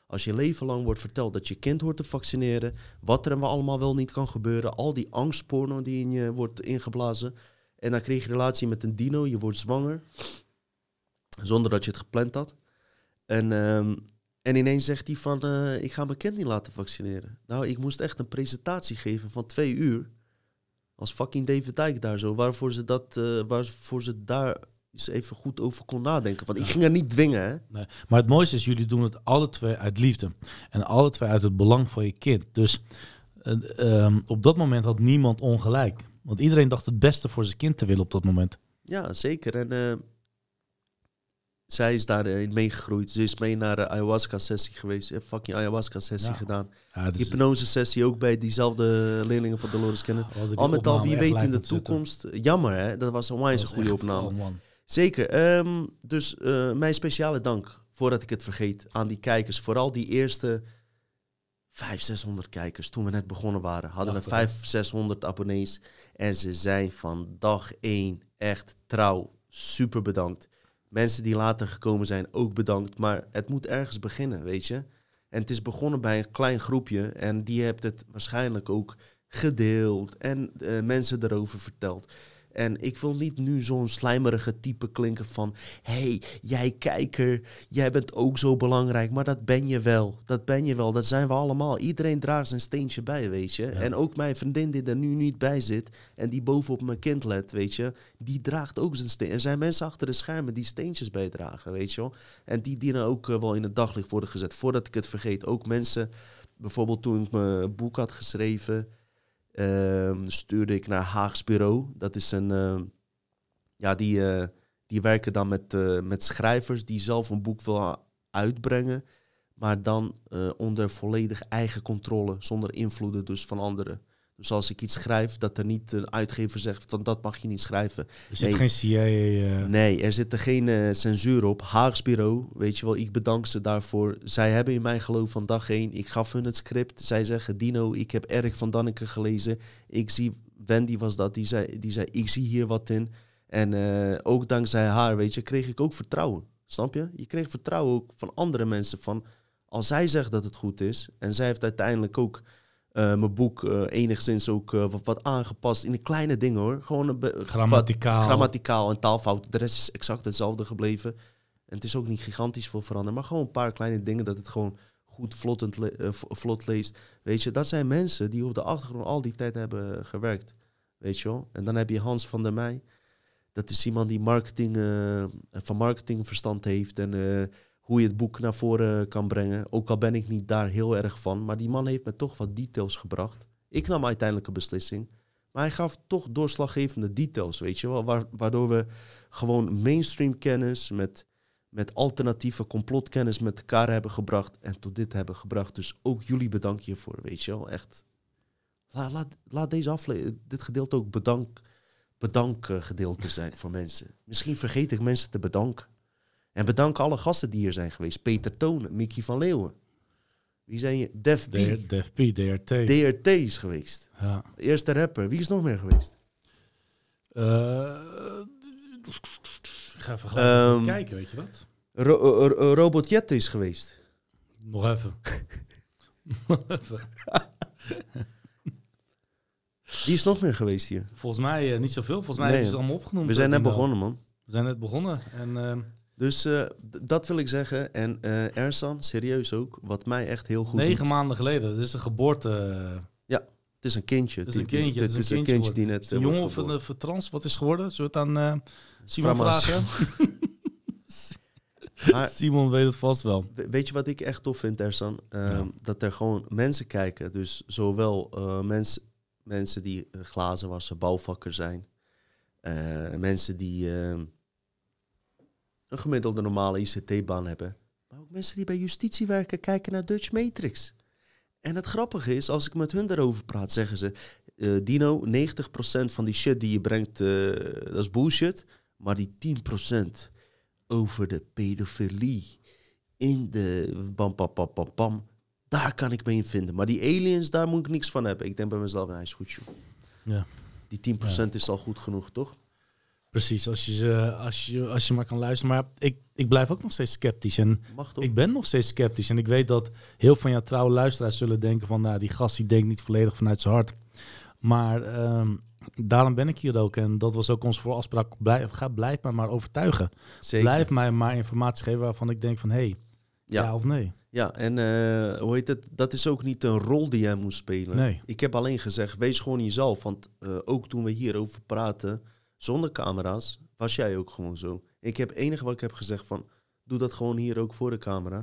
Als je leven lang wordt verteld dat je kind hoort te vaccineren, wat er en wat allemaal wel niet kan gebeuren, al die angstporno die in je wordt ingeblazen, en dan kreeg je relatie met een dino, je wordt zwanger, zonder dat je het gepland had. En, um, en ineens zegt hij van, uh, ik ga mijn kind niet laten vaccineren. Nou, ik moest echt een presentatie geven van twee uur, als fucking David Icke daar zo, waarvoor ze, dat, uh, waarvoor ze daar eens even goed over kon nadenken. Want ik ging er niet dwingen, hè. Nee. Maar het mooiste is, jullie doen het alle twee uit liefde. En alle twee uit het belang van je kind. Dus uh, um, op dat moment had niemand ongelijk. Want iedereen dacht het beste voor zijn kind te willen op dat moment. Ja, zeker. En uh, zij is daarin meegegroeid. Ze is mee naar de ayahuasca-sessie geweest. Ze heeft fucking ayahuasca-sessie ja. gedaan. Ja, dus hypnose-sessie ook bij diezelfde leerlingen van Dolores kennen. Oh, al met al, wie weet in de toekomst. Zitten. Jammer, hè? Dat was een wijze goede opname. Oh, zeker. Um, dus uh, mijn speciale dank, voordat ik het vergeet, aan die kijkers. Vooral die eerste vijfhonderd, zeshonderd kijkers. Toen we net begonnen waren, hadden we vijfhonderd, zeshonderd abonnees. En ze zijn van dag één echt trouw. Super bedankt. Mensen die later gekomen zijn, ook bedankt. Maar het moet ergens beginnen, weet je. En het is begonnen bij een klein groepje. En die hebt het waarschijnlijk ook gedeeld. En uh, mensen erover verteld. En ik wil niet nu zo'n slijmerige type klinken van, hey, jij kijker, jij bent ook zo belangrijk. Maar dat ben je wel. Dat ben je wel. Dat zijn we allemaal. Iedereen draagt zijn steentje bij, weet je. Ja. En ook mijn vriendin die er nu niet bij zit en die bovenop mijn kind let, weet je. Die draagt ook zijn steen. Er zijn mensen achter de schermen die steentjes bijdragen, weet je wel. En die dienen ook uh, wel in het daglicht worden gezet. Voordat ik het vergeet. Ook mensen, bijvoorbeeld toen ik mijn boek had geschreven, Uh, stuurde ik naar Haags Bureau. Dat is een, uh, ja, die, uh, die werken dan met, uh, met schrijvers die zelf een boek willen uitbrengen, maar dan uh, onder volledig eigen controle, zonder invloeden dus van anderen. Dus als ik iets schrijf, dat er niet een uitgever zegt van dat mag je niet schrijven. Er zit nee. geen C I A... Uh... Nee, er zit er geen uh, censuur op. Haags Bureau, weet je wel, ik bedank ze daarvoor. Zij hebben in mijn geloof van dag één. Ik gaf hun het script. Zij zeggen, Dino, ik heb Erik van Danneke gelezen. Ik zie, Wendy was dat, die zei, die zei ik zie hier wat in. En uh, ook dankzij haar, weet je, kreeg ik ook vertrouwen. Snap je? Je kreeg vertrouwen ook van andere mensen. Van, als zij zegt dat het goed is, en zij heeft uiteindelijk ook Uh, mijn boek uh, enigszins ook uh, wat, wat aangepast in de kleine dingen, hoor. Gewoon een be- grammaticaal. Wat, grammaticaal en taalfout. De rest is exact hetzelfde gebleven. En het is ook niet gigantisch veel veranderd, maar gewoon een paar kleine dingen dat het gewoon goed vlot, le- uh, vlot leest. Weet je, dat zijn mensen die op de achtergrond al die tijd hebben gewerkt. Weet je wel? En dan heb je Hans van der Meij. Dat is iemand die marketing, uh, van marketing verstand heeft en uh, hoe je het boek naar voren kan brengen. Ook al ben ik niet daar heel erg van. Maar die man heeft me toch wat details gebracht. Ik nam uiteindelijk een beslissing. Maar hij gaf toch doorslaggevende details, weet je wel. Waardoor we gewoon mainstream kennis met, met alternatieve complotkennis met elkaar hebben gebracht. En tot dit hebben gebracht. Dus ook jullie bedank hiervoor, weet je wel. Echt. Laat, laat, laat deze aflevering, dit gedeelte ook bedank, bedankgedeelte zijn voor mensen. Misschien vergeet ik mensen te bedanken. En bedank alle gasten die hier zijn geweest. Peter Tonen, Mickey van Leeuwen. Wie zijn je? Def P. Def P, D R T. D R T is geweest. Ja. De eerste rapper. Wie is nog meer geweest? Uh, ik ga even gelijk um, kijken, weet je dat? Ro- ro- Robot Jet is geweest. Nog even. Nog even. Wie is nog meer geweest hier? Volgens mij uh, niet zoveel. Volgens mij nee, hebben ze het allemaal opgenoemd. We zijn net begonnen, man. We zijn net begonnen. En... Uh, Dus uh, d- dat wil ik zeggen. En uh, Ersan, serieus ook, wat mij echt heel goed Negen doet. maanden geleden, dat is een geboorte. Ja, het is een kindje. Het is een kindje, het is, het is een, een kindje, kindje die net... Is het een jongen of een uh, trans? Wat is het geworden? Zullen we het aan uh, Simon Frama's. vragen? Maar, Simon weet het vast wel. Weet je wat ik echt tof vind, Ersan? Uh, ja. Dat er gewoon mensen kijken. Dus zowel uh, mens, mensen die uh, glazen wassen, bouwvakker zijn. Uh, mensen die... Uh, een gemiddelde normale I C T-baan hebben. Maar ook mensen die bij justitie werken, kijken naar Dutch Matrix. En het grappige is, als ik met hun daarover praat, zeggen ze... Uh, Dino, negentig procent van die shit die je brengt, uh, dat is bullshit. Maar die tien procent over de pedofilie in de bam, bam, bam, bam, bam, daar kan ik me in vinden. Maar die aliens, daar moet ik niks van hebben. Ik denk bij mezelf, hij is goed, joh. Ja. Die tien procent ja. is al goed genoeg, toch? Precies, als je, ze, als, je, als je maar kan luisteren. Maar ik, ik blijf ook nog steeds sceptisch. En Mag toch? ik ben nog steeds sceptisch. En ik weet dat heel veel van jouw trouwe luisteraars zullen denken van... nou, die gast die denkt niet volledig vanuit zijn hart. Maar um, daarom ben ik hier ook. En dat was ook onze voorafspraak. Blijf, ga, blijf mij maar overtuigen. Zeker. Blijf mij maar informatie geven waarvan ik denk van... hé, hey, ja. ja of nee. Ja, en uh, hoe heet het? Dat is ook niet een rol die jij moet spelen. Nee. Ik heb alleen gezegd, wees gewoon jezelf. Want uh, ook toen we hierover praten, zonder camera's, was jij ook gewoon zo. Ik heb het enige wat ik heb gezegd van, doe dat gewoon hier ook voor de camera.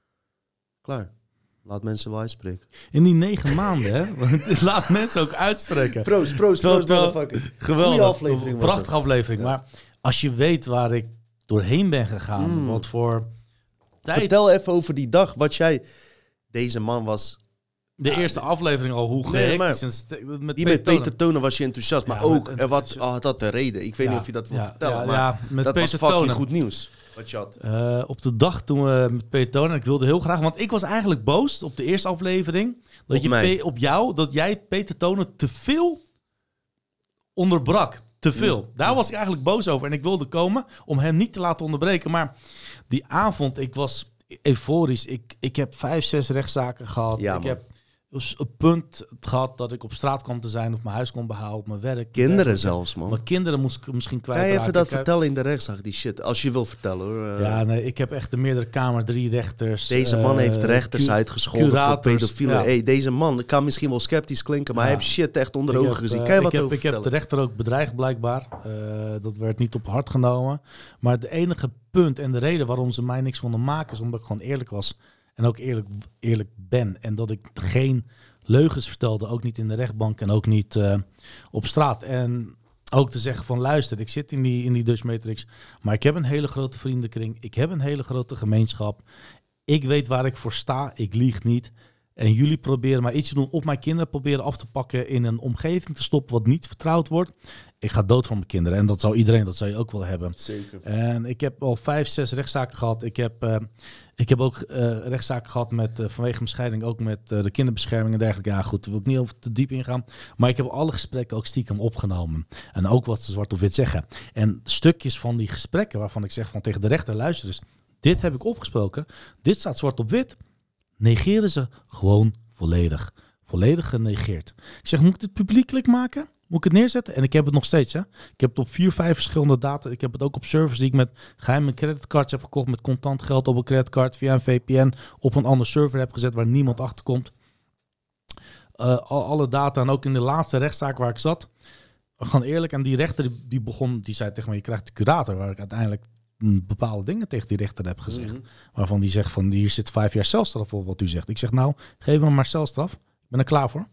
Klaar. Laat mensen wel uitspreken. In die negen maanden, hè? Laat mensen ook uitspreken. Proost, proost, proost, motherfucker. Geweldig. Goeie aflevering was Prachtige het. aflevering. Ja. Maar als je weet waar ik doorheen ben gegaan, mm. wat voor... tijd... Vertel even over die dag, wat jij... Deze man was... De ja, eerste aflevering al, hoe nee, gehekt is. St- met die met Peter Tonen was je enthousiast, maar ja, ook, met, er wat oh, had dat de reden. Ik weet ja, niet of je dat wil ja, vertellen, ja, maar ja, met dat Peter was fucking Tonen. goed nieuws. Wat je had. Uh, op de dag toen we met Peter Tonen, ik wilde heel graag, want ik was eigenlijk boos op de eerste aflevering, dat op, je mij. Pe- op jou, dat jij Peter Tonen te veel onderbrak. Te veel. Mm. Daar was ik eigenlijk boos over en ik wilde komen om hem niet te laten onderbreken, maar die avond, ik was... euforisch. Ik, ik heb vijf, zes rechtszaken gehad. Ja, ik man. heb dus een punt gehad dat ik op straat kwam te zijn, of mijn huis kon behouden, op mijn werk. Kinderen werk. zelfs, man. Mijn kinderen moest ik misschien kwijt. Kan je even dat ik vertellen in de rechtszaak, die shit? Als je wil vertellen, hoor. Uh, ja, nee, ik heb echt de meerdere kamer, drie rechters. Deze man uh, heeft rechters cu- uitgescholden curators, voor pedofielen. Ja. Hey, deze man kan misschien wel sceptisch klinken, maar ja. hij heeft shit echt onder de ogen heb, gezien. Kan je uh, wat ik over heb, Ik heb de rechter ook bedreigd, blijkbaar. Uh, dat werd niet op hart genomen. Maar de enige punt en de reden waarom ze mij niks konden maken, is omdat ik gewoon eerlijk was. En ook eerlijk, eerlijk ben. En dat ik geen leugens vertelde. Ook niet in de rechtbank en ook niet uh, op straat. En ook te zeggen van luister, ik zit in die, in die Dutch Matrix. Maar ik heb een hele grote vriendenkring. Ik heb een hele grote gemeenschap. Ik weet waar ik voor sta. Ik lieg niet. En jullie proberen maar iets te doen. Of mijn kinderen proberen af te pakken in een omgeving te stoppen wat niet vertrouwd wordt. Ik ga dood van mijn kinderen. En dat zou iedereen, dat zou je ook wel hebben. Zeker. En ik heb al vijf, zes rechtszaken gehad. Ik heb, uh, ik heb ook uh, rechtszaken gehad met, uh, vanwege mijn scheiding, ook met uh, de kinderbescherming en dergelijke. Ja goed, daar wil ik niet over te diep ingaan. Maar ik heb alle gesprekken ook stiekem opgenomen. En ook wat ze zwart op wit zeggen. En stukjes van die gesprekken waarvan ik zeg van tegen de rechter, luister eens, dit heb ik opgesproken. Dit staat zwart op wit. Negeren ze gewoon volledig. Volledig genegeerd. Ik zeg, moet ik het publiekelijk maken? Moet ik het neerzetten? En ik heb het nog steeds. Hè? Ik heb het op vier, vijf verschillende data. Ik heb het ook op servers die ik met geheime creditcards heb gekocht. Met contant geld op een creditcard via een V P N. Op een andere server heb gezet waar niemand achter komt. Uh, al, alle data. En ook in de laatste rechtszaak waar ik zat. Gewoon eerlijk. En die rechter die, die begon. Die zei tegen me, je krijgt de curator. Waar ik uiteindelijk bepaalde dingen tegen die rechter heb gezegd. Mm-hmm. Waarvan die zegt van hier zit vijf jaar celstraf voor wat u zegt. Ik zeg nou, geef me maar celstraf. Ik ben er klaar voor.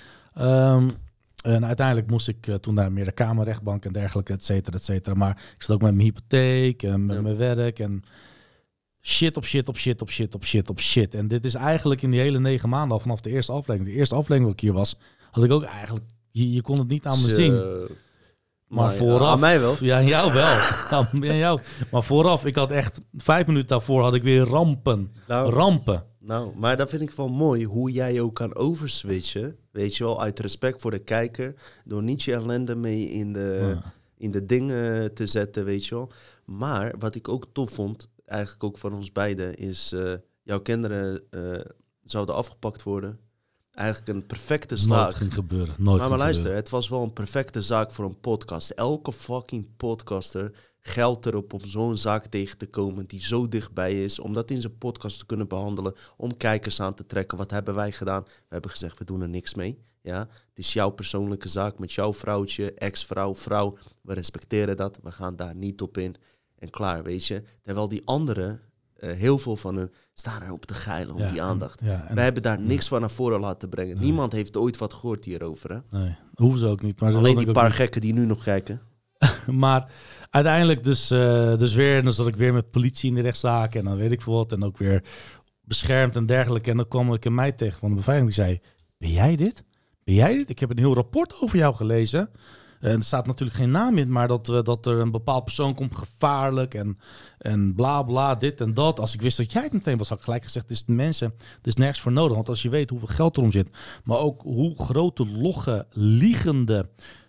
Um, en uiteindelijk moest ik uh, toen naar meer de kamerrechtbank en dergelijke, et cetera, et cetera. Maar ik zat ook met mijn hypotheek en met ja. mijn werk en shit op shit op shit op shit op shit op shit. En dit is eigenlijk in die hele negen maanden al vanaf de eerste aflevering. De eerste aflevering waar ik hier was, had ik ook eigenlijk, je, je kon het niet aan me zien. Maar, maar vooraf... Ja, aan mij wel. Ja, aan jou wel. aan jou. Maar vooraf, ik had echt... Vijf minuten daarvoor had ik weer rampen. Nou, rampen. Nou, maar dat vind ik wel mooi. Hoe jij ook kan overswitchen. Weet je wel, uit respect voor de kijker. Door niet je ellende mee in de, ja. in de dingen te zetten, weet je wel. Maar wat ik ook tof vond, eigenlijk ook van ons beiden, is... Uh, jouw kinderen uh, zouden afgepakt worden. Eigenlijk een perfecte zaak. Nooit ging gebeuren. Nooit maar, maar luister, gebeuren. Het was wel een perfecte zaak voor een podcast. Elke fucking podcaster geldt erop om zo'n zaak tegen te komen die zo dichtbij is. Om dat in zijn podcast te kunnen behandelen. Om kijkers aan te trekken. Wat hebben wij gedaan? We hebben gezegd, we doen er niks mee. Ja? Het is jouw persoonlijke zaak met jouw vrouwtje, ex-vrouw, vrouw. We respecteren dat. We gaan daar niet op in. En klaar, weet je. Terwijl die anderen... Uh, heel veel van hun staan erop te geilen om ja, die aandacht. Ja, Wij hebben daar niks ja. van naar voren laten brengen. Nee. Niemand heeft ooit wat gehoord hierover. Hè? Nee, hoeven ze ook niet. Maar alleen die paar niet. gekken die nu nog kijken. Maar uiteindelijk dus, uh, dus weer, dan zat ik weer met politie in de rechtszaak en dan weet ik veel wat. En ook weer beschermd en dergelijke. En dan kwam ik een meid tegen van de beveiliging die zei, ben jij dit? Ben jij dit? Ik heb een heel rapport over jou gelezen. En er staat natuurlijk geen naam in, maar dat, uh, dat er een bepaald persoon komt gevaarlijk en, en bla bla, dit en dat. Als ik wist dat jij het meteen was, had ik gelijk gezegd, dit is mensen, dit is nergens voor nodig. Want als je weet hoeveel geld erom zit, maar ook hoe grote, logge, liegende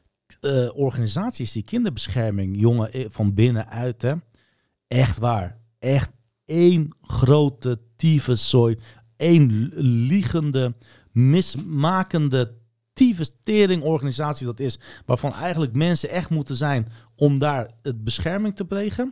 uh, organisaties, die kinderbescherming, jongen, van binnenuit, hè. Echt waar. Echt één grote tyfuszooi. Één liegende, mismakende tyfus-tering-organisatie dat is. Waarvan eigenlijk mensen echt moeten zijn om daar het bescherming te plegen.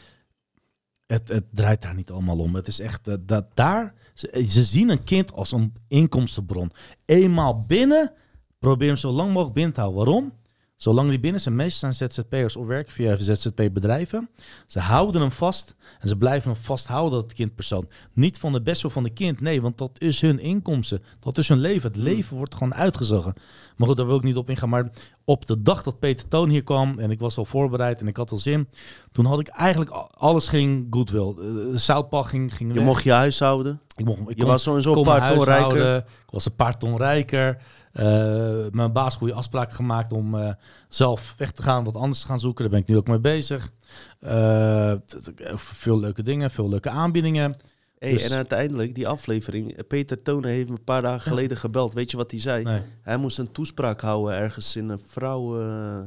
Het, het draait daar niet allemaal om. Het is echt uh, dat daar... Ze, ze zien een kind als een inkomstenbron. Eenmaal binnen, probeer hem zo lang mogelijk binnen te houden. Waarom? Zolang die binnen zijn, meestal zijn Z Z P'ers of werken via Z Z P-bedrijven. Ze houden hem vast en ze blijven hem vasthouden, dat kindpersoon. Niet van de beste van de kind, nee, want dat is hun inkomsten. Dat is hun leven. Het leven wordt gewoon uitgezogen. Maar goed, daar wil ik niet op ingaan. Maar op de dag dat Peter Toon hier kwam en ik was al voorbereid en ik had al zin, toen had ik eigenlijk alles ging goodwill. De zoutpag ging, ging Je weg. mocht je huishouden. Ik mocht, ik je was sowieso een paar ton rijker. Ik was een paar ton rijker. Uh, mijn baas goede afspraken gemaakt om uh, zelf weg te gaan, wat anders te gaan zoeken. Daar ben ik nu ook mee bezig. Uh, t- t- veel leuke dingen, veel leuke aanbiedingen. Hey, dus... En uiteindelijk, die aflevering, Peter Tonen heeft me een paar dagen geleden ja. gebeld. Weet je wat hij zei? Nee. Hij moest een toespraak houden ergens in een vrouwen...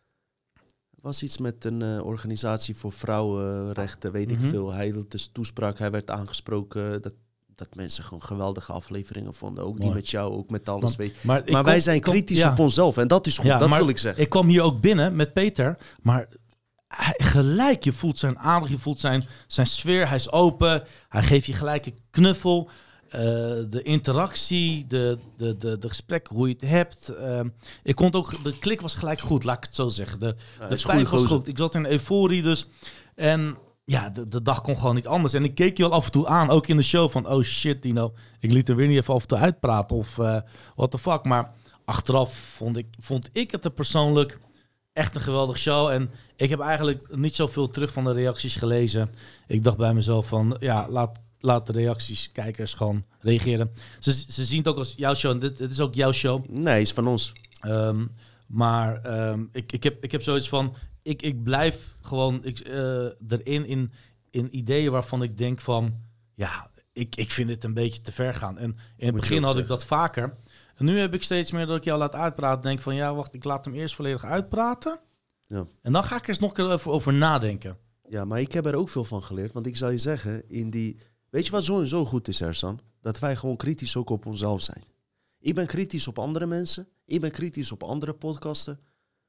was iets met een uh, organisatie voor vrouwenrechten, weet mm-hmm. ik veel. Hij hield dus toespraak, hij werd aangesproken... dat dat mensen gewoon geweldige afleveringen vonden. Ook die Mooi. Met jou, ook met alles. Maar, maar, maar wij kom, zijn kritisch kom, ja. op onszelf. En dat is goed, ja, dat wil ik zeggen. Ik kwam hier ook binnen met Peter. Maar hij, gelijk, je voelt zijn aandacht, je voelt zijn, zijn sfeer. Hij is open. Hij geeft je gelijk een knuffel. Uh, de interactie, de, de, de, de gesprekken, hoe je het hebt. Uh, ik kon het ook, de klik was gelijk goed, laat ik het zo zeggen. De, ja, de vibe was goed. Ik zat in euforie dus. En... Ja, de, de dag kon gewoon niet anders. En ik keek je al af en toe aan, ook in de show, van... oh shit, Dino, ik liet er weer niet even af en toe uitpraten of uh, what the fuck. Maar achteraf vond ik, vond ik het er persoonlijk echt een geweldige show. En ik heb eigenlijk niet zoveel terug van de reacties gelezen. Ik dacht bij mezelf van, ja, laat, laat de reacties, kijkers gewoon reageren. Ze, ze zien het ook als jouw show. Dit, dit is ook jouw show. Nee, is van ons. Um, maar um, ik, ik, heb, ik heb zoiets van... Ik, ik blijf gewoon ik, uh, erin in, in ideeën waarvan ik denk van... Ja, ik, ik vind het een beetje te ver gaan. En in het begin had ik dat vaker. En nu heb ik steeds meer dat ik jou laat uitpraten. Denk van, ja, wacht, ik laat hem eerst volledig uitpraten. Ja. En dan ga ik er eens nog een keer over, over nadenken. Ja, maar ik heb er ook veel van geleerd. Want ik zou je zeggen, in die... Weet je wat zo en zo goed is, Ersan? Dat wij gewoon kritisch ook op onszelf zijn. Ik ben kritisch op andere mensen. Ik ben kritisch op andere podcasten.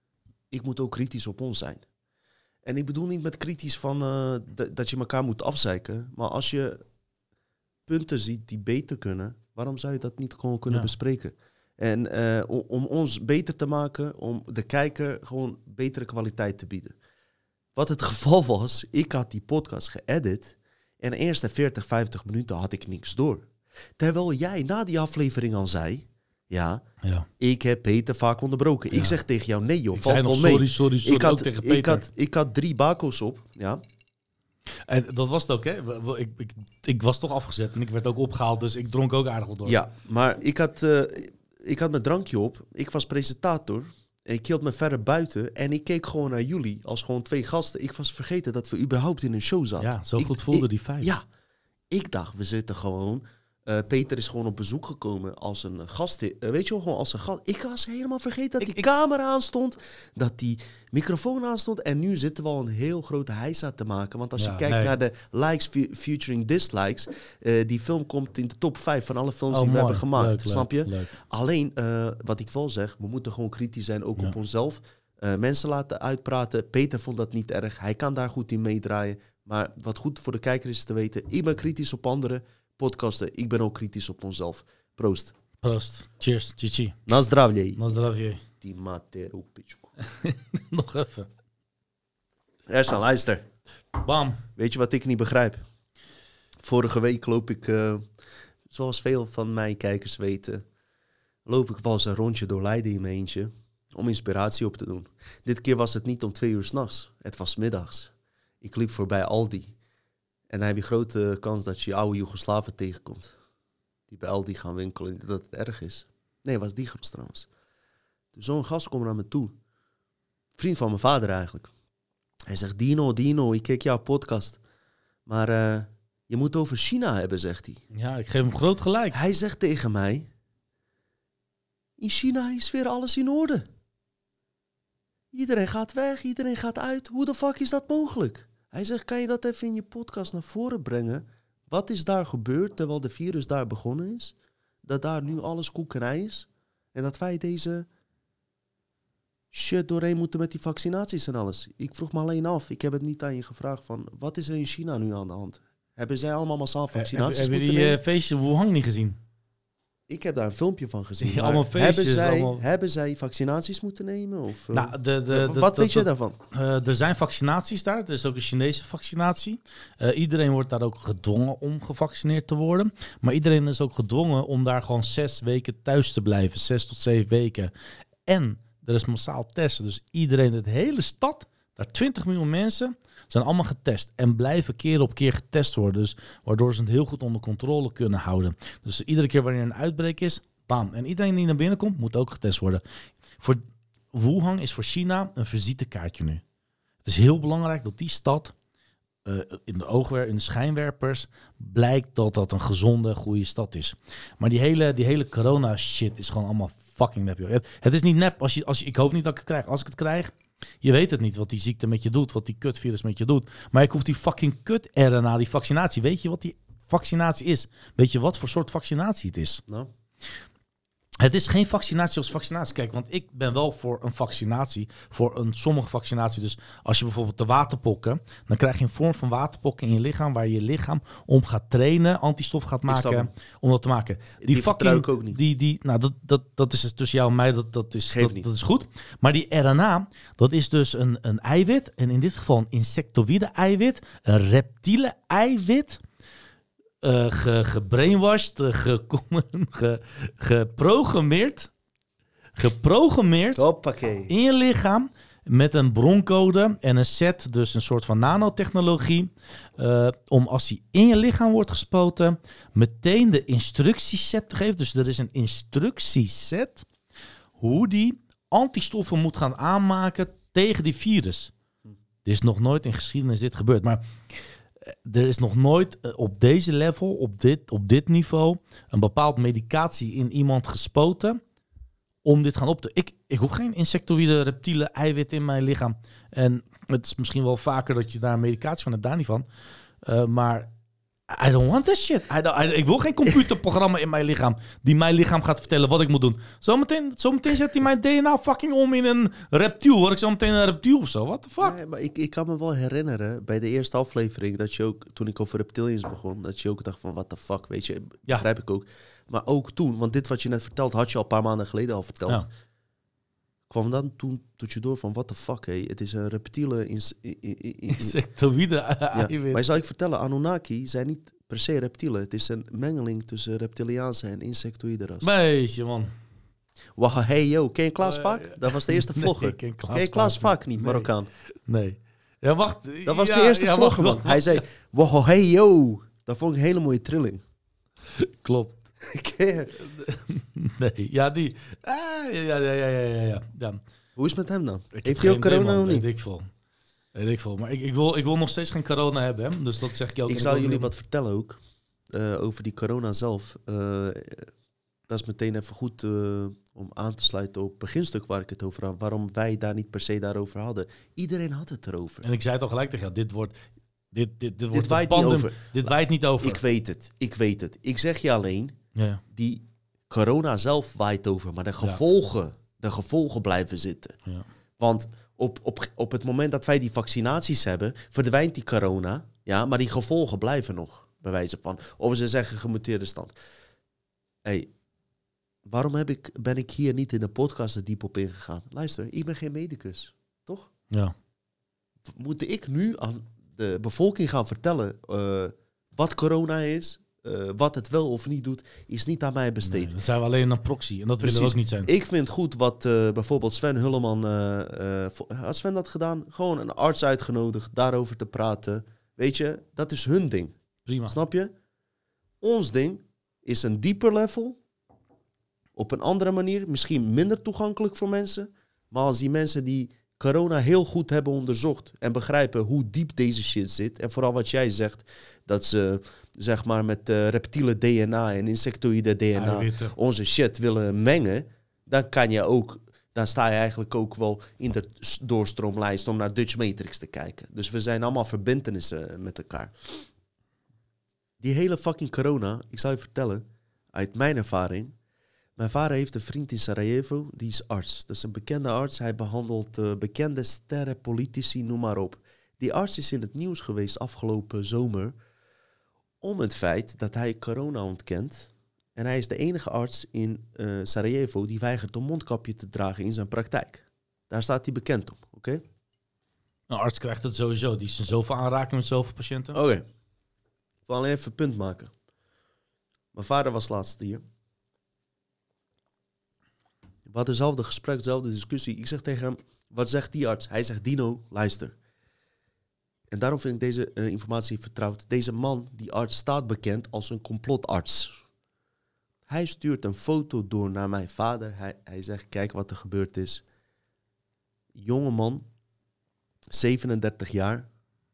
Ik moet ook kritisch op ons zijn. En ik bedoel niet met kritisch van uh, d- dat je elkaar moet afzeiken. Maar als je punten ziet die beter kunnen, waarom zou je dat niet gewoon kunnen ja. bespreken? En uh, om, om ons beter te maken, om de kijker gewoon betere kwaliteit te bieden. Wat het geval was, ik had die podcast geëdit en de eerste veertig, vijftig minuten had ik niks door. Terwijl jij na die aflevering al zei... Ja, ja, ik heb Peter vaak onderbroken. Ja. Ik zeg tegen jou, nee joh, ik valt zei wel nog, mee. Sorry, sorry, sorry, ik had, ook tegen Peter. Ik had, ik had drie bako's op, ja. En dat was het ook, hè? Ik, ik, ik was toch afgezet en ik werd ook opgehaald, dus ik dronk ook aardig wat door. Ja, maar ik had, uh, ik had mijn drankje op. Ik was presentator. Ik hield me verder buiten en ik keek gewoon naar jullie als gewoon twee gasten. Ik was vergeten dat we überhaupt in een show zaten. Ja, zo ik, goed voelde ik, die feit. Ja, ik dacht, we zitten gewoon... Uh, Peter is gewoon op bezoek gekomen als een gast. Uh, weet je wel, gewoon als een gast. Ik was helemaal vergeten dat die ik, camera ik... aanstond. Dat die microfoon aanstond. En nu zitten we al een heel grote heisa te maken. Want als ja, je kijkt nee. naar de likes fe- featuring dislikes. Uh, die film komt in de top vijf van alle films oh, die we mooi. hebben gemaakt. Leuk, snap je? Leuk, leuk. Alleen, uh, wat ik wel zeg, we moeten gewoon kritisch zijn, ook ja. op onszelf. Uh, mensen laten uitpraten. Peter vond dat niet erg. Hij kan daar goed in meedraaien. Maar wat goed voor de kijker is te weten. Ik ben kritisch op anderen. Podcasten. Ik ben ook kritisch op onszelf. Proost. Proost. Cheers. Chichi. Na zdravje. Na zdravje. Die materu pičku. Nog even. Ersan, luister. Bam. Weet je wat ik niet begrijp? Vorige week loop ik, uh, zoals veel van mijn kijkers weten, loop ik wel eens een rondje door Leiden in mijn eentje om inspiratie op te doen. Dit keer was het niet om twee uur 's nachts. Het was 's middags. Ik liep voorbij Aldi. En dan heb je grote kans dat je oude Joegoslaven tegenkomt. Die bij Aldi gaan winkelen en dat het erg is. Nee, het was die gast trouwens. Dus zo'n gast komt naar me toe. Vriend van mijn vader eigenlijk. Hij zegt, Dino, Dino, ik kijk jouw podcast. Maar uh, je moet over China hebben, zegt hij. Ja, ik geef hem groot gelijk. Hij zegt tegen mij, in China is weer alles in orde. Iedereen gaat weg, iedereen gaat uit. Hoe de fuck is dat mogelijk? Hij zegt, kan je dat even in je podcast naar voren brengen? Wat is daar gebeurd terwijl de virus daar begonnen is? Dat daar nu alles koekerij is? En dat wij deze shit doorheen moeten met die vaccinaties en alles. Ik vroeg me alleen af, ik heb het niet aan je gevraagd van, wat is er in China nu aan de hand? Hebben zij allemaal massaal vaccinaties Heb, heb moeten je die nemen? uh, feestje Wuhan niet gezien? Ik heb daar een filmpje van gezien. Ja, allemaal feestjes, hebben, zij, allemaal... hebben zij vaccinaties moeten nemen? Of, uh, nou, de, de, uh, de, wat de, weet de, je daarvan? Uh, er zijn vaccinaties daar. Er is ook een Chinese vaccinatie. Uh, iedereen wordt daar ook gedwongen om gevaccineerd te worden. Maar iedereen is ook gedwongen om daar gewoon zes weken thuis te blijven. Zes tot zeven weken. En er is massaal testen. Dus iedereen, de hele stad, daar twintig miljoen mensen, zijn allemaal getest. En blijven keer op keer getest worden. Dus waardoor ze het heel goed onder controle kunnen houden. Dus iedere keer wanneer een uitbraak is, bam. En iedereen die naar binnen komt, moet ook getest worden. Voor Wuhan is voor China een visitekaartje nu. Het is heel belangrijk dat die stad uh, in de oogwer, in de schijnwerpers blijkt dat dat een gezonde, goede stad is. Maar die hele, die hele corona shit is gewoon allemaal fucking nep. Joh. Het, het is niet nep. Als je, als je, ik hoop niet dat ik het krijg. Als ik het krijg, je weet het niet wat die ziekte met je doet, wat die kutvirus met je doet. Maar ik hoef die fucking kut-R N A, die vaccinatie. Weet je wat die vaccinatie is? Weet je wat voor soort vaccinatie het is? Nou. Het is geen vaccinatie als vaccinatie. Kijk, want ik ben wel voor een vaccinatie. Voor een sommige vaccinatie. Dus als je bijvoorbeeld de waterpokken, dan krijg je een vorm van waterpokken in je lichaam waar je je lichaam om gaat trainen, antistof gaat maken om dat te maken. Die, die fucking, ik ook niet. Die, die, nou, dat, dat, dat is tussen jou en mij, dat, dat, is, Geef dat, niet. dat is goed. Maar die R N A, dat is dus een, een eiwit. En in dit geval een insectoïde eiwit. Een reptiele eiwit. Uh, ge, gebrainwashed, uh, ge, ge, geprogrammeerd, geprogrammeerd Hoppakee. in je lichaam met een broncode en een set, dus een soort van nanotechnologie, uh, om als die in je lichaam wordt gespoten, meteen de instructieset te geven. Dus er is een instructieset hoe die antistoffen moet gaan aanmaken tegen die virus. Er is nog nooit in geschiedenis dit gebeurd, maar er is nog nooit op deze level, op dit, op dit niveau, een bepaald medicatie in iemand gespoten om dit gaan op te... Ik, ik hoef geen insectoïde, reptiele eiwit in mijn lichaam. En het is misschien wel vaker dat je daar een medicatie van hebt, daar niet van. Uh, maar I don't want this shit. I don't, I, ik wil geen computerprogramma in mijn lichaam die mijn lichaam gaat vertellen wat ik moet doen. Zometeen, zometeen zet hij mijn D N A fucking om in een reptiel. Word ik zometeen een reptiel of zo? What the fuck? Nee, maar ik, ik kan me wel herinneren bij de eerste aflevering dat je ook, toen ik over reptilians begon, dat je ook dacht van what the fuck, weet je, ja. begrijp ik ook. Maar ook toen, want dit wat je net vertelt, had je al een paar maanden geleden al verteld. Ja. Kwam dan toen tot je door van what the fuck, hé, het is een reptiele ins- insectoïde eiwit. Ja, maar zal ik vertellen, Anunnaki zijn niet per se reptielen. Het is een mengeling tussen reptiliaanse en insectoïde ras. Beetje, man. Wow, hey yo, ken je Klaas uh, Vaak? Dat was de eerste vlogger. Nee, ken, ken je Klaas Vaak niet, Marokkaan? Nee. nee. Ja, wacht. Dat was ja, de eerste ja, vlogger, wacht, man. wacht, Hij zei, wow, hey yo. Dat vond ik een hele mooie trilling. Klopt. Nee, ja, die... Ah, ja, ja, ja, ja, ja, ja, ja. Hoe is het met hem dan? Ik Heeft hij ook corona of niet? Weet ik veel. Weet ik veel. Maar ik, ik, wil, ik wil nog steeds geen corona hebben, hè? Dus dat zeg ik ook. Ik zal jullie hebben. wat vertellen ook. Uh, over die corona zelf. Uh, dat is meteen even goed uh, om aan te sluiten op het beginstuk waar ik het over had. Waarom wij daar niet per se daarover hadden. Iedereen had het erover. En ik zei het al gelijk tegen jou. Dit wordt... Dit, dit, dit, dit wordt waait niet over. Dit waait niet over. Ik weet het. Ik weet het. Ik zeg je alleen... Ja. Die corona zelf waait over. Maar de gevolgen... Ja. De gevolgen blijven zitten. Ja. Want op, op, op het moment dat wij die vaccinaties hebben... verdwijnt die corona. Ja, maar die gevolgen blijven nog. Bij wijze van... Of ze zeggen gemuteerde stand. Hey, waarom heb ik, ben ik hier niet in de podcast er diep op ingegaan? Luister, ik ben geen medicus. Toch? Ja. Moet ik nu aan de bevolking gaan vertellen... Uh, wat corona is... Uh, wat het wel of niet doet, is niet aan mij besteed. Nee, dat zijn we alleen een proxy en dat Precies. willen we ook niet zijn. Ik vind goed wat uh, bijvoorbeeld Sven Hulleman... Uh, uh, had Sven dat gedaan? Gewoon een arts uitgenodigd, daarover te praten. Weet je, dat is hun ding. Prima. Snap je? Ons ding is een dieper level. Op een andere manier. Misschien minder toegankelijk voor mensen. Maar als die mensen die corona heel goed hebben onderzocht... en begrijpen hoe diep deze shit zit... en vooral wat jij zegt... dat ze zeg maar met uh, reptiele D N A en insectoïde D N A... onze shit willen mengen... dan kan je ook daar sta je eigenlijk ook wel in de doorstroomlijst om naar Dutch Matrix te kijken. Dus we zijn allemaal verbintenissen met elkaar. Die hele fucking corona, ik zal je vertellen, uit mijn ervaring. Mijn vader heeft een vriend in Sarajevo, die is arts. Dat is een bekende arts. Hij behandelt uh, bekende sterren, politici, noem maar op. Die arts is in het nieuws geweest afgelopen zomer om het feit dat hij corona ontkent. En hij is de enige arts in uh, Sarajevo die weigert een mondkapje te dragen in zijn praktijk. Daar staat hij bekend om, oké? Okay? Een arts krijgt het sowieso. Die is in zoveel aanraking met zoveel patiënten. Oké. Okay. Ik wil alleen even een punt maken. Mijn vader was laatst hier. We hadden hetzelfde gesprek, dezelfde discussie. Ik zeg tegen hem, wat zegt die arts? Hij zegt, Dino, luister. En daarom vind ik deze uh, informatie vertrouwd. Deze man, die arts, staat bekend als een complotarts. Hij stuurt een foto door naar mijn vader. Hij, hij zegt, kijk wat er gebeurd is. Jonge man, zevenendertig jaar.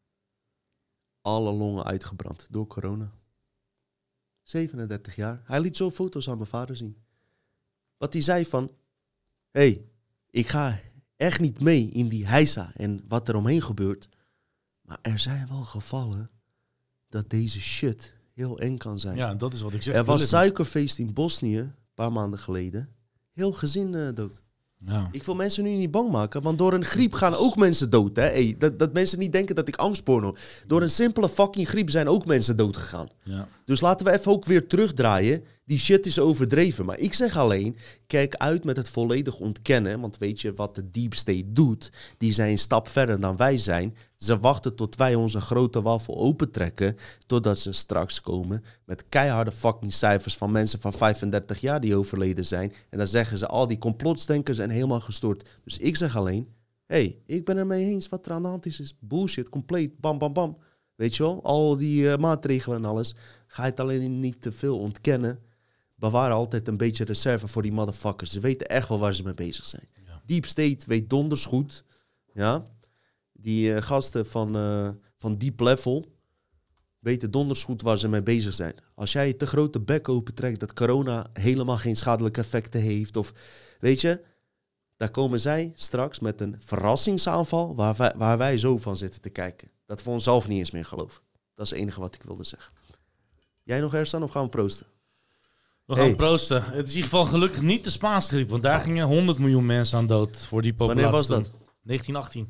Alle longen uitgebrand door corona. zevenendertig jaar. Hij liet zo foto's aan mijn vader zien. Wat hij zei van, hé, hey, ik ga echt niet mee in die heisa en wat er omheen gebeurt. Maar er zijn wel gevallen dat deze shit heel eng kan zijn. Ja, dat is wat ik zeg. Er was suikerfeest in Bosnië, een paar maanden geleden. Heel gezin uh, dood. Ja. Ik wil mensen nu niet bang maken, want door een griep gaan ook mensen dood. Hè? Hey, dat, dat mensen niet denken dat ik angstporno. Door een simpele fucking griep zijn ook mensen dood gegaan. Ja. Dus laten we even ook weer terugdraaien. Die shit is overdreven. Maar ik zeg alleen, kijk uit met het volledig ontkennen. Want weet je wat de deep state doet? Die zijn een stap verder dan wij zijn. Ze wachten tot wij onze grote wafel opentrekken. Totdat ze straks komen met keiharde fucking cijfers van mensen van vijfendertig jaar die overleden zijn. En dan zeggen ze, al die complotdenkers zijn helemaal gestoord. Dus ik zeg alleen, hé, hey, ik ben er mee eens. Wat er aan de hand is, is bullshit. Compleet, bam, bam, bam. Weet je wel, al die uh, maatregelen en alles. Ga je het alleen niet te veel ontkennen. Bewaar altijd een beetje reserve voor die motherfuckers. Ze weten echt wel waar ze mee bezig zijn. Ja. Deep State weet donders goed. Ja? Die uh, gasten van, uh, van Deep Level weten donders goed waar ze mee bezig zijn. Als jij je te grote bek opentrekt dat corona helemaal geen schadelijke effecten heeft. Of weet je, daar komen zij straks met een verrassingsaanval waar wij, waar wij zo van zitten te kijken. Dat we onszelf niet eens meer geloven. Dat is het enige wat ik wilde zeggen. Jij nog ergens aan of gaan we proosten? We gaan hey. proosten. Het is in ieder geval gelukkig niet de Spaanse griep. Want daar gingen honderd miljoen mensen aan dood voor die populatie. Wanneer was dat? negentien achttien.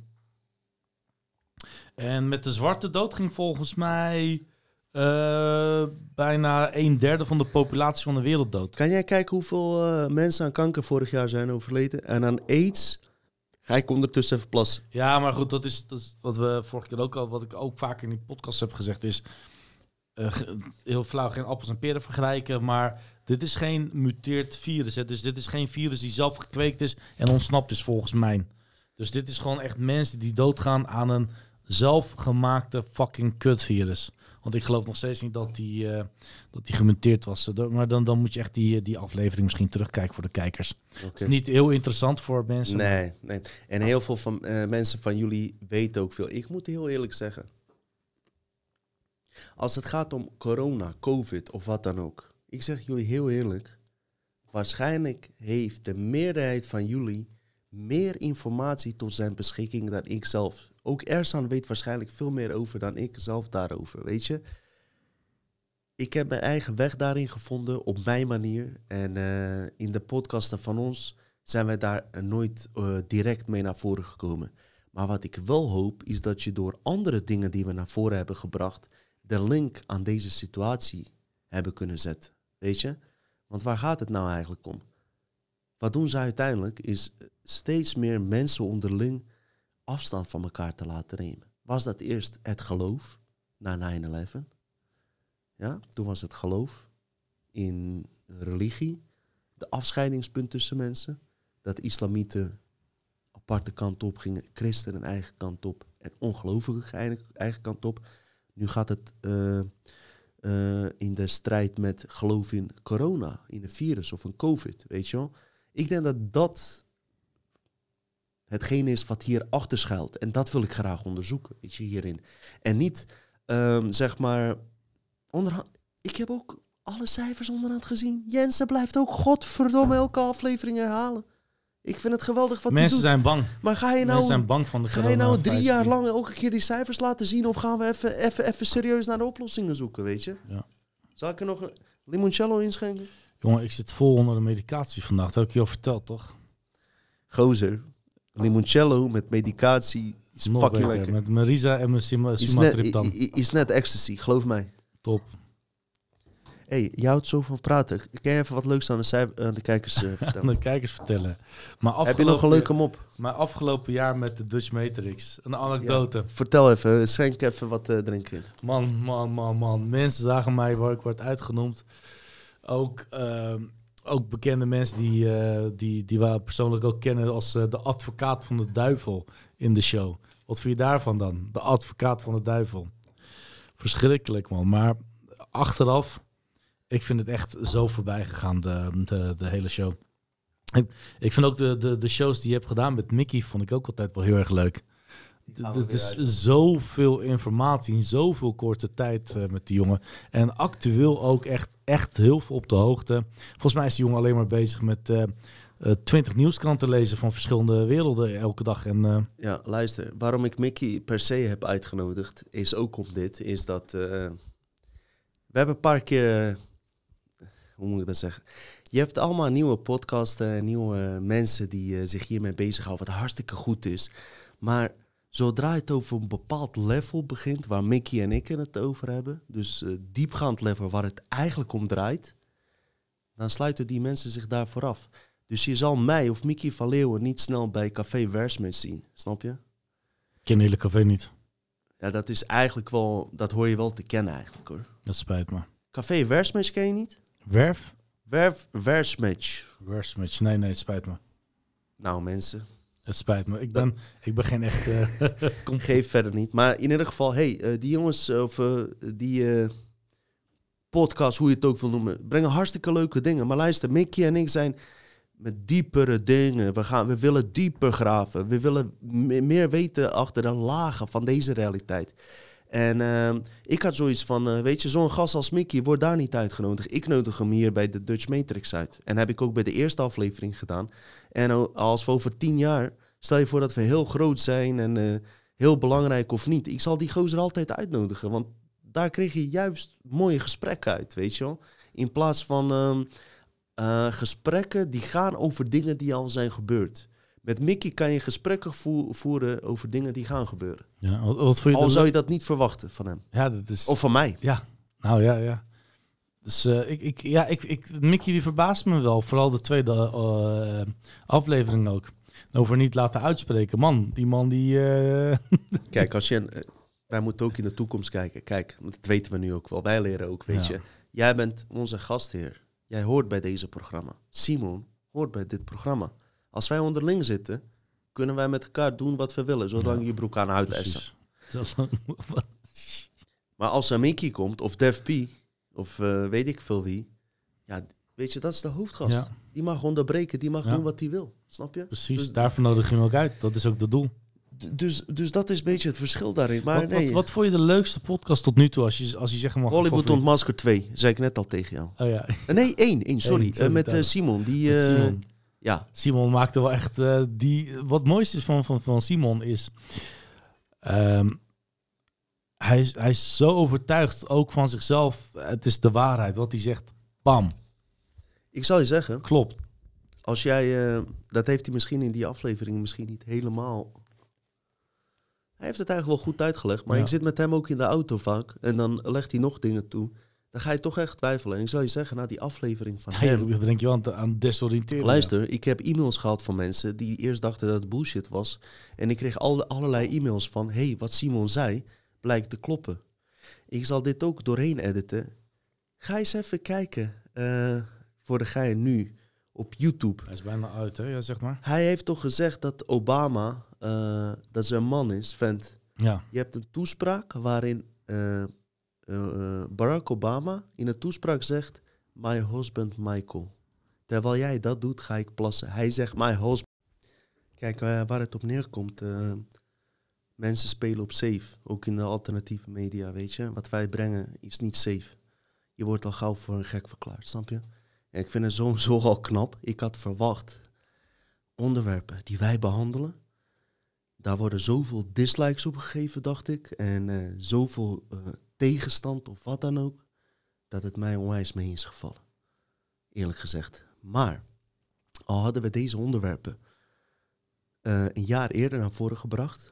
En met de zwarte dood ging volgens mij uh, bijna een derde van de populatie van de wereld dood. Kan jij kijken hoeveel uh, mensen aan kanker vorig jaar zijn overleden? En aan AIDS? Ga ik ondertussen even plassen. Ja, maar goed, dat is, dat is wat we vorige keer ook al, wat ik ook vaker in die podcast heb gezegd, is uh, heel flauw geen appels en peren vergelijken, maar dit is geen muteerd virus. Hè? Dus dit is geen virus die zelf gekweekt is en ontsnapt is volgens mij. Dus dit is gewoon echt mensen die doodgaan aan een zelfgemaakte fucking kutvirus. Want ik geloof nog steeds niet dat die, uh, dat die gemuteerd was. Maar dan, dan moet je echt die, die aflevering misschien terugkijken voor de kijkers. Okay. Het is niet heel interessant voor mensen. Nee, nee. En heel veel van, uh, mensen van jullie weten ook veel. Ik moet heel eerlijk zeggen. Als het gaat om corona, covid of wat dan ook. Ik zeg jullie heel eerlijk. Waarschijnlijk heeft de meerderheid van jullie meer informatie tot zijn beschikking dan ik zelf. Ook Ersan weet waarschijnlijk veel meer over dan ik zelf daarover, weet je. Ik heb mijn eigen weg daarin gevonden, op mijn manier. En uh, in de podcasten van ons zijn wij daar nooit uh, direct mee naar voren gekomen. Maar wat ik wel hoop, is dat je door andere dingen die we naar voren hebben gebracht, de link aan deze situatie hebben kunnen zetten, weet je. Want waar gaat het nou eigenlijk om? Wat doen ze uiteindelijk, is steeds meer mensen onderling afstand van elkaar te laten nemen. Was dat eerst het geloof na nine eleven? Ja, toen was het geloof in religie, de afscheidingspunt tussen mensen, dat islamieten aparte kant op gingen, christenen een eigen kant op en ongelovigen eigen kant op. Nu gaat het uh, uh, in de strijd met geloof in corona, in een virus of een covid, weet je wel. Ik denk dat dat hetgeen is wat hier achter schuilt. En dat wil ik graag onderzoeken, weet je, hierin. En niet, um, zeg maar, onderhand. Ik heb ook alle cijfers onderhand gezien. Jensen blijft ook godverdomme elke aflevering herhalen. Ik vind het geweldig wat Mensen hij doet. zijn bang. Maar ga je nou, Mensen zijn bang van de ga je nou drie coronavirus. jaar lang elke keer die cijfers laten zien? Of gaan we even, even, even serieus naar de oplossingen zoeken, weet je? Ja. Zal ik er nog een limoncello inschenken? Jongen, ik zit vol onder de medicatie vandaag. Dat heb ik je al verteld, toch? Gozer, limoncello met medicatie is Nog fucking beter. lekker. Met Marisa en mijn Sima- Is net, Sumatriptan. i- i- is net ecstasy, geloof mij. Top. Hé, hey, je houdt zo van praten. Kan je even wat leuks aan de, cijf- aan de kijkers uh, Aan vertellen? de kijkers vertellen. Maar Heb je nog een leuke mop? Maar afgelopen jaar met de Dutch Matrix. Een anekdote. Ja. Vertel even, schenk even wat uh, drinken in. Man, man, man, man. Mensen zagen mij waar ik word uitgenoemd. Ook, uh, ook bekende mensen die, uh, die, die we persoonlijk ook kennen als uh, de advocaat van de duivel in de show. Wat vind je daarvan dan? De advocaat van de duivel. Verschrikkelijk, man. Maar achteraf, ik vind het echt zo voorbij gegaan, de, de, de hele show. Ik, ik vind ook de, de, de shows die je hebt gedaan met Mickey, vond ik ook altijd wel heel erg leuk. Het is zoveel informatie in zoveel korte tijd uh, met die jongen. En actueel ook echt, echt heel veel op de hoogte. Volgens mij is die jongen alleen maar bezig met uh, uh, twintig nieuwskranten lezen van verschillende werelden elke dag. En, uh, ja, luister. Waarom ik Mickey per se heb uitgenodigd, is ook om dit. Is dat uh, we hebben een paar keer, uh, hoe moet ik dat zeggen? Je hebt allemaal nieuwe podcasten, nieuwe mensen die uh, zich hiermee bezighouden, wat hartstikke goed is. Maar zodra het over een bepaald level begint, waar Mickey en ik het over hebben, dus uh, diepgaand level waar het eigenlijk om draait, dan sluiten die mensen zich daarvoor af. Dus je zal mij of Mickey van Leeuwen niet snel bij Café Versmith zien, snap je? ik ken hele café niet. Ja, dat is eigenlijk wel, dat hoor je wel te kennen eigenlijk hoor. Dat spijt me. Café Versmith ken je niet? Werf? Werf Versmith. Versmith. Nee, nee, het spijt me. Nou mensen, Het spijt me. Ik ben, ik ben geen echt... Uh, geef verder niet. Maar in ieder geval, hey, uh, die jongens, of uh, die uh, podcast, hoe je het ook wil noemen, brengen hartstikke leuke dingen. Maar luister, Mickey en ik zijn met diepere dingen. We, gaan, we willen dieper graven. We willen me- meer weten achter de lagen van deze realiteit. En uh, ik had zoiets van, uh, weet je, zo'n gast als Mickey wordt daar niet uitgenodigd. Ik nodig hem hier bij de Dutch Matrix uit. En heb ik ook bij de eerste aflevering gedaan. En uh, als we over tien jaar, stel je voor dat we heel groot zijn en uh, heel belangrijk of niet. Ik zal die gozer altijd uitnodigen, want daar kreeg je juist mooie gesprekken uit, weet je wel. In plaats van uh, uh, gesprekken die gaan over dingen die al zijn gebeurd. Met Mickey kan je gesprekken vo- voeren over dingen die gaan gebeuren. ja, wat, wat vond je Al de- zou je dat niet verwachten van hem. Ja, dat is... Of van mij. Ja, nou ja, ja. Dus uh, ik, ik, ja, ik, ik, Mickey die verbaast me wel. Vooral de tweede uh, aflevering ook. Over niet laten uitspreken. Man, die man die... Uh... Kijk, als je, uh, wij moeten ook in de toekomst kijken. Kijk, dat weten we nu ook wel. Wij leren ook, weet Ja. je. Jij bent onze gastheer. Jij hoort bij deze programma. Simon hoort bij dit programma. Als wij onderling zitten, kunnen wij met elkaar doen wat we willen. Zolang Ja, je broek aan huid is. Precies. Maar als er Mickey komt, of Def P, of uh, weet ik veel wie. Ja, weet je, dat is de hoofdgast. Ja. Die mag onderbreken, die mag Ja. doen wat hij wil. Snap je? Precies, Dus, daarvoor nodig je hem ook uit. Dat is ook het doel. d- dus, dus dat is een beetje het verschil daarin. Maar wat, nee, wat, wat vond je de leukste podcast tot nu toe? Als je, als je zeg maar... Hollywood favoriet- Ontmaskerd twee, zei ik net al tegen jou. Oh ja, Uh, nee, één, één, sorry. Eén, sorry, Uh, met uh, duidelijk. Simon. Die, met uh, Simon. Ja, Simon maakte wel echt... Uh, die, wat het mooiste is van, van, van Simon is... Um, hij, is hij is zo overtuigd ook van zichzelf. Het is de waarheid. Wat hij zegt, bam, ik zal je zeggen, klopt. als jij, uh, dat heeft hij misschien in die aflevering misschien niet helemaal... Hij heeft het eigenlijk wel goed uitgelegd, maar Ja. ik zit met hem ook in de auto vaak. En dan legt hij nog dingen toe. Dan ga je toch echt twijfelen. En ik zal je zeggen, na die aflevering van Ja, hem... je denk je wel aan, aan desoriënteren. Luister, ik heb e-mails gehad van mensen die eerst dachten dat het bullshit was. En ik kreeg al, allerlei e-mails van, hey, wat Simon zei, blijkt te kloppen. Ik zal dit ook doorheen editen. Ga eens even kijken uh, voor de gein nu op YouTube. Hij is bijna uit, hè? Ja, zeg maar. Hij heeft toch gezegd dat Obama, uh, dat zijn man is, vent. Ja. Je hebt een toespraak waarin uh, uh, Barack Obama in de toespraak zegt, my husband Michael. Terwijl jij dat doet, ga ik plassen. Hij zegt, my husband. Kijk, uh, waar het op neerkomt. Uh, mensen spelen op safe. Ook in de alternatieve media, weet je. Wat wij brengen is niet safe. Je wordt al gauw voor een gek verklaard, snap je? En ik vind het sowieso al knap. Ik had verwacht onderwerpen die wij behandelen, daar worden zoveel dislikes op gegeven, dacht ik. En uh, zoveel uh, tegenstand of wat dan ook, dat het mij onwijs mee is gevallen. Eerlijk gezegd. Maar, al hadden we deze onderwerpen uh, een jaar eerder naar voren gebracht,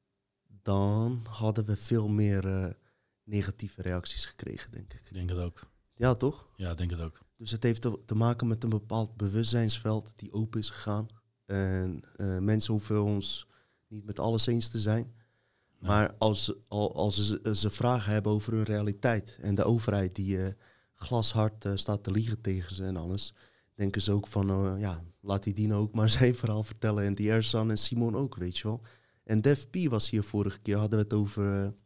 dan hadden we veel meer uh, negatieve reacties gekregen, denk ik. Ik denk het ook. Ja, toch? Ja, ik denk het ook. Dus het heeft te, te maken met een bepaald bewustzijnsveld die open is gegaan. En uh, mensen hoeven ons niet met alles eens te zijn. Nee. Maar als, als, als ze, ze vragen hebben over hun realiteit en de overheid die uh, glashard uh, staat te liegen tegen ze en alles, denken ze ook van, uh, ja, laat die Dino ook maar zijn verhaal vertellen. En die Ersan en Simon ook, weet je wel. En Def P was hier vorige keer, hadden we het over uh,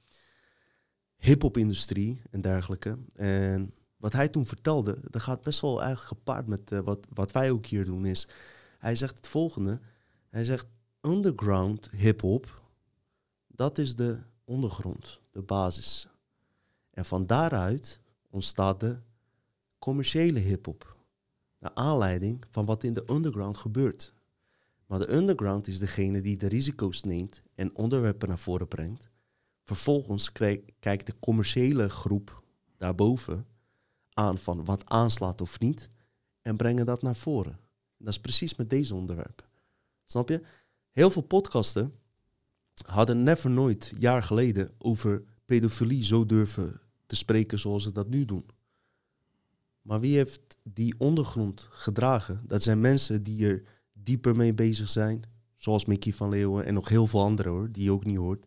hip-hop-industrie en dergelijke. En wat hij toen vertelde, dat gaat best wel eigenlijk gepaard met uh, wat, wat wij ook hier doen, is, hij zegt het volgende. Hij zegt, underground hip-hop, dat is de ondergrond, de basis. En van daaruit ontstaat de commerciële hip-hop. Naar aanleiding van wat in de underground gebeurt. Maar de underground is degene die de risico's neemt en onderwerpen naar voren brengt. Vervolgens kijkt de commerciële groep daarboven aan van wat aanslaat of niet en brengen dat naar voren. En dat is precies met deze onderwerpen. Snap je? Heel veel podcasten hadden never nooit, jaar geleden, over pedofilie zo durven te spreken zoals ze dat nu doen. Maar wie heeft die ondergrond gedragen? Dat zijn mensen die er dieper mee bezig zijn, zoals Mickey van Leeuwen en nog heel veel anderen hoor, die je ook niet hoort,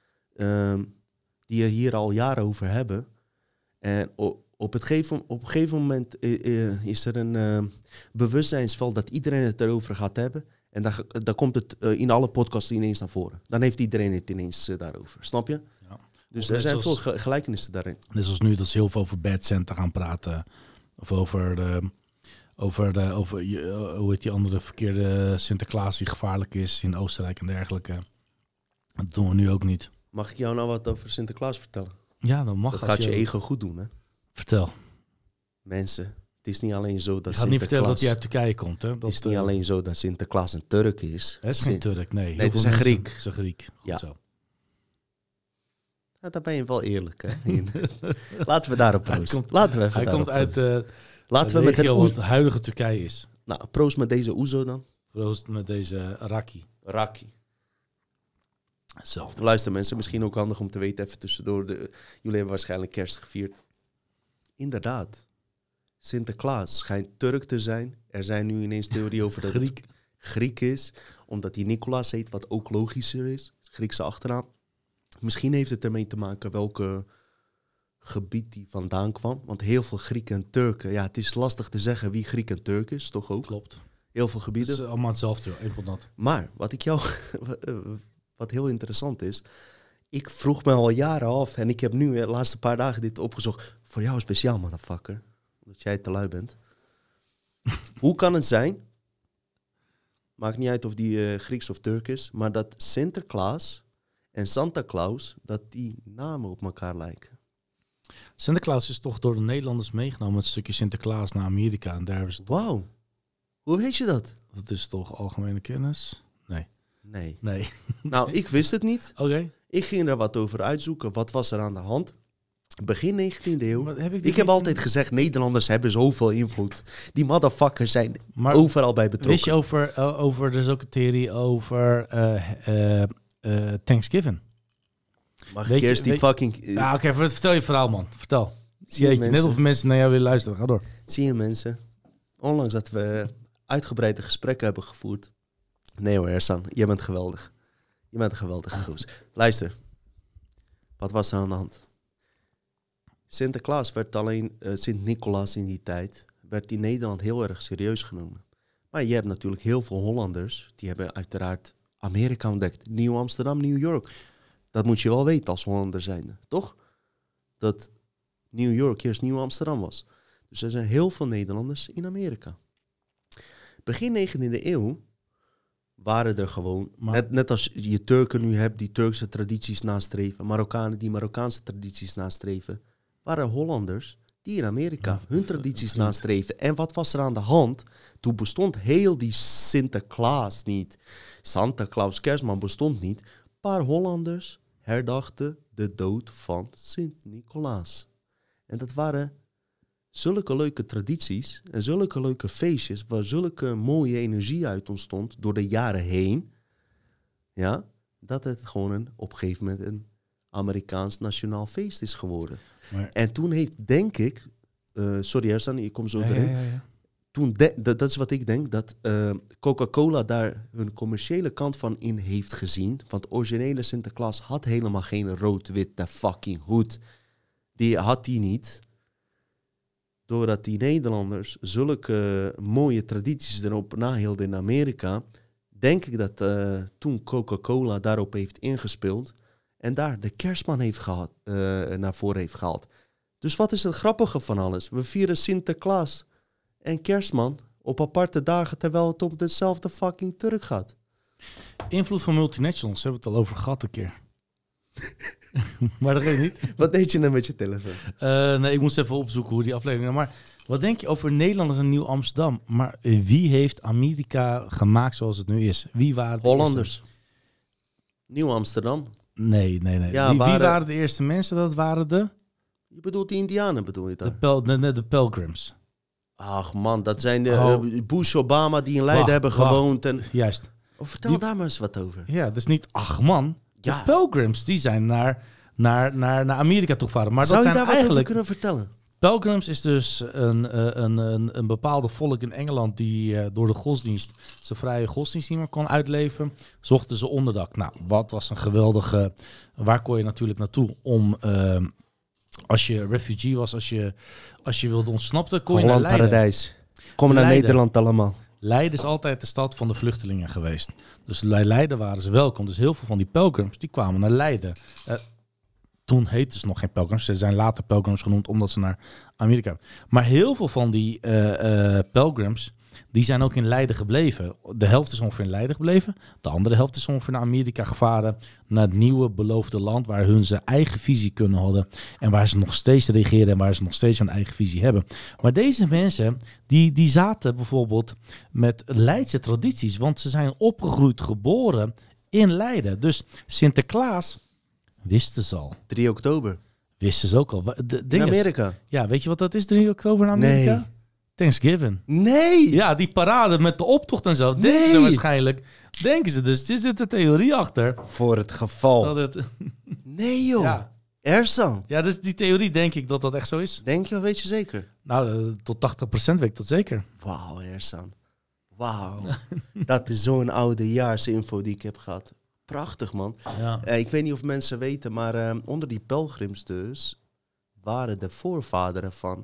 um, die er hier al jaren over hebben. En op, op, het gegeven, op een gegeven moment uh, is er een uh, bewustzijnsveld dat iedereen het erover gaat hebben. En dan, dan komt het uh, in alle podcasts ineens naar voren. Dan heeft iedereen het ineens uh, daarover. Snap je? Ja. Dus er zijn zoals, veel gelijkenissen daarin. Net zoals nu dat ze heel veel over Bad Santa gaan praten. Of over de, over de over, uh, hoe heet die andere verkeerde Sinterklaas die gevaarlijk is in Oostenrijk en dergelijke. Dat doen we nu ook niet. Mag ik jou nou wat over Sinterklaas vertellen? Ja, dan mag. Dat gaat je, je ego goed doen, hè? Vertel. Mensen, het is niet alleen zo dat je gaat niet vertellen dat hij uit Turkije komt, hè? Dat het is niet uh, alleen zo dat Sinterklaas een Turk is. Het is geen Turk, nee. Nee, het is een Griek. Het is een Griek, goed ja. Zo. Nou, daar ben je wel eerlijk, hè? Laten we daarop proosten. Laten we even Hij komt uit uh, Laten we met regio wat het huidige Turkije is. Nou, proost met deze Oezo dan. Proost met deze Raki. Raki. Hetzelfde. Luister mensen, misschien ook handig om te weten, even tussendoor. De, jullie hebben waarschijnlijk kerst gevierd. Inderdaad. Sinterklaas schijnt Turk te zijn. Er zijn nu ineens theorieën over dat Griek. het Griek is. Omdat hij Nicolaas heet, wat ook logischer is. Griekse achternaam. Misschien heeft het ermee te maken welke gebied die vandaan kwam. Want heel veel Grieken en Turken... Ja, het is lastig te zeggen wie Griek en Turk is, toch ook? Klopt. Heel veel gebieden. Het is allemaal hetzelfde, enkel dat. Maar, wat ik jou... wat heel interessant is... Ik vroeg me al jaren af... En ik heb nu de laatste paar dagen dit opgezocht. Voor jou speciaal, motherfucker. Omdat jij te lui bent. Hoe kan het zijn... Maakt niet uit of die uh, Grieks of Turk is... Maar dat Sinterklaas... En Santa Claus, dat die namen op elkaar lijken. Sinterklaas is toch door de Nederlanders meegenomen... het stukje Sinterklaas naar Amerika. En daar hebben ze... Wauw. Hoe weet je dat? Dat is toch algemene kennis? Nee. Nee. Nee. Nou, ik wist het niet. Oké. Okay. Ik ging er wat over uitzoeken. Wat was er aan de hand? Begin negentiende eeuw. Heb ik ik heb altijd gezegd, Nederlanders hebben zoveel invloed. Die motherfuckers zijn maar overal bij betrokken. Wist je over... Uh, over er is ook een theorie over... Uh, uh, Uh, Thanksgiving. Mag weet ik eerst die fucking... Uh, ja, oké, okay, vertel je verhaal, man. Vertel. Zie je net of mensen naar jou willen luisteren. Ga door. Zie je mensen? Ondanks dat we uitgebreide gesprekken hebben gevoerd. Nee hoor, Ersan. Je bent geweldig. Je bent een geweldige gozer. Luister. Wat was er aan de hand? Sinterklaas werd alleen... Uh, Sint-Nicolaas in die tijd... werd in Nederland heel erg serieus genomen. Maar je hebt natuurlijk heel veel Hollanders... die hebben uiteraard... Amerika ontdekt. Nieuw Amsterdam, New York. Dat moet je wel weten als Hollander zijnde, toch? Dat New York eerst Nieuw Amsterdam was. Dus er zijn heel veel Nederlanders in Amerika. Begin negentiende eeuw waren er gewoon... Maar... Net, net als je Turken nu hebt die Turkse tradities nastreven... Marokkanen die Marokkaanse tradities nastreven... waren Hollanders die in Amerika Ja, hun tradities nastreven. En wat was er aan de hand? Toen bestond heel die Sinterklaas niet. Santa Claus, kerstman bestond niet. Een paar Hollanders herdachten de dood van Sint-Nicolaas. En dat waren zulke leuke tradities en zulke leuke feestjes waar zulke mooie energie uit ontstond door de jaren heen. Ja, dat het gewoon een, op een gegeven moment een Amerikaans nationaal feest is geworden. Maar... En toen heeft, denk ik, uh, sorry Ersan, ik kom zo ja, erin. ja, ja, ja. Toen de, dat, dat is wat ik denk, dat uh, Coca-Cola daar hun commerciële kant van in heeft gezien. Want originele Sinterklaas had helemaal geen rood-witte fucking hoed. Die had hij niet. Doordat die Nederlanders zulke mooie tradities erop nahielden in Amerika, denk ik dat uh, toen Coca-Cola daarop heeft ingespeeld en daar de kerstman heeft gehad, uh, naar voren heeft gehaald. Dus wat is het grappige van alles? We vieren Sinterklaas en kerstman op aparte dagen, terwijl het om dezelfde fucking Turk gaat. Invloed van multinationals, hebben we het al over gehad een keer. Maar dat weet ik niet. Wat deed je nou met je telefoon? Uh, nee, ik moest even opzoeken hoe die aflevering... Maar wat denk je over Nederlanders en Nieuw Amsterdam? Maar uh, wie heeft Amerika gemaakt zoals het nu is? Wie waren de Hollanders. eerste? Nieuw Amsterdam. Nee, nee, nee. Ja, wie, waren... wie waren de eerste mensen? Dat waren de... Je bedoelt die Indianen, bedoel je De, dan? pel, de, de Pilgrims. Ach man, dat zijn de Oh. uh, Bush, Obama die in Leiden Wacht, hebben wacht. gewoond. En... Juist. Oh, vertel Die- daar maar eens wat over. Ja, dat is niet... Ach man. De Ja. Pilgrims, die zijn naar, naar, naar, naar Amerika toegevaren. Maar Zou dat je zijn daar wat over eigenlijk... kunnen vertellen? Pilgrims is dus een, eh, een, een, een bepaalde volk in Engeland die uh, door de godsdienst zijn vrije godsdienst niet meer kon uitleven. Zochten ze onderdak. Nou, wat was een geweldige... Waar kon je natuurlijk naartoe om... Uh, als je refugee was, als je, als je wilde ontsnappen, kon je Holland naar Leiden. Paradijs. Kom naar Leiden. Nederland allemaal. Leiden is altijd de stad van de vluchtelingen geweest. Dus bij Leiden waren ze welkom. Dus heel veel van die pelgrims, die kwamen naar Leiden. Uh, toen heette ze nog geen pelgrims. Ze zijn later pelgrims genoemd omdat ze naar Amerika... Maar heel veel van die uh, uh, pelgrims, die zijn ook in Leiden gebleven. De helft is ongeveer in Leiden gebleven. De andere helft is ongeveer naar Amerika gevaren. Naar het nieuwe beloofde land waar hun zijn eigen visie kunnen hadden. En waar ze nog steeds regeren en waar ze nog steeds hun eigen visie hebben. Maar deze mensen, die, die zaten bijvoorbeeld met Leidse tradities. Want ze zijn opgegroeid, geboren in Leiden. Dus Sinterklaas wisten ze al. drie oktober. Wisten ze ook al. De, In ding is- Amerika. ja, weet je wat dat is, drie oktober in Amerika? Nee. Thanksgiving. Nee! Ja, die parade met de optocht en zo. Denken ze Nee. waarschijnlijk. Denken ze dus. Er zit een theorie achter. Voor het geval. Dat het, Nee joh. ja. Ersan. ja, dus die theorie denk ik dat dat echt zo is. Denk je, weet je zeker? Nou, eh, tot tachtig procent weet ik dat zeker. Wauw, Ersan. Wauw. Dat is zo'n oudejaarsinfo die ik heb gehad. Prachtig, man. Ja. Eh, ik weet niet of mensen weten, maar eh, onder die pelgrims dus waren de voorvaderen van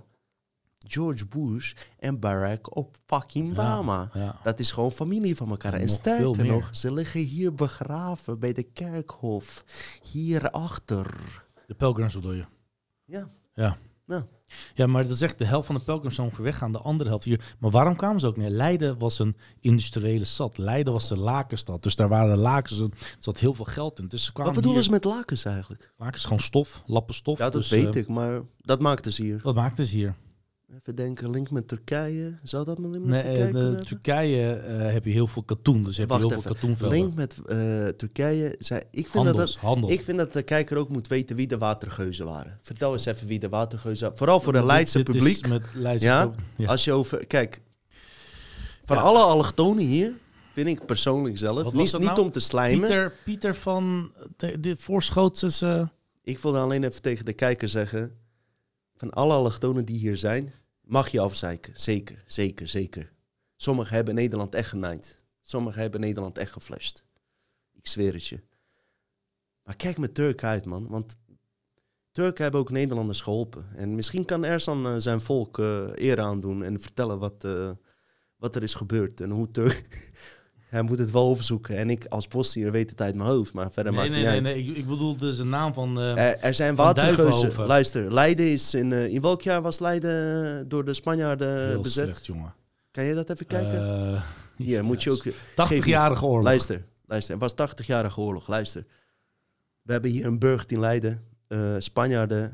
George Bush en Barack op fucking Obama. Ja. Dat is gewoon familie van elkaar. En En nog veel sterker meer. nog, ze liggen hier begraven bij de kerkhof. Hierachter. De pelgrims bedoel je? Ja. Ja. Ja. Ja, maar dat is echt de helft van de pelgrims zijn ongeveer weggaan. De andere helft hier. Maar waarom kwamen ze ook neer? Leiden was een industriële stad. Leiden was de lakenstad. Dus daar waren de lakens. Er zat heel veel geld in. Dus ze kwamen Wat bedoelen hier- ze met lakens eigenlijk? Lakens gewoon stof, lappen stof. Ja, dat Dus, weet eh, ik, maar dat maakten ze hier. Wat maakten ze hier? Even denken, link met Turkije. Zou dat met Nee, Turkije eh, kunnen de hebben? Turkije eh, heb je heel veel katoen. Dus heb Wacht je heel even. veel katoenvelden. Link met eh, Turkije. Zij, ik, vind Handels, dat dat, handel. ik vind dat de kijker ook moet weten wie de watergeuzen waren. Vertel eens even wie de watergeuzen waren. Vooral voor Dit- het Leidse dit is publiek. Met Leidse Ja? pub- ja. Als je over... Kijk, van Ja. alle allochtonen hier, vind ik persoonlijk zelf, Wat was niet, dat niet nou? om te slijmen. Pieter, Pieter van de, de Voorschotse... eh, Ik wilde alleen even tegen de kijker zeggen, van alle allochtonen die hier zijn, mag je afzeiken. Zeker, zeker, zeker. Sommigen hebben Nederland echt genaaid. Sommigen hebben Nederland echt geflasht. Ik zweer het je. Maar kijk met Turken uit, man. Want Turken hebben ook Nederlanders geholpen. En misschien kan Ersan uh, zijn volk uh, eer aandoen en vertellen wat, uh, wat er is gebeurd. En hoe Turk... Hij moet het wel opzoeken. En ik als postdier weet het uit mijn hoofd. Maar verder nee, maakt nee, niet nee, uit. nee. Ik, ik bedoel dus de naam van... eh, Er, er zijn Van watergeuzen. Duivenhoven. Luister, Leiden is in... Uh, in welk jaar was Leiden door de Spanjaarden heel bezet? slecht, jongen. Kan je dat even kijken? Eh, Hier, moet je ook... tachtigjarige oorlog. Luister, luister. Het was tachtigjarige oorlog. Luister. We hebben hier een burcht in Leiden. Uh, Spanjaarden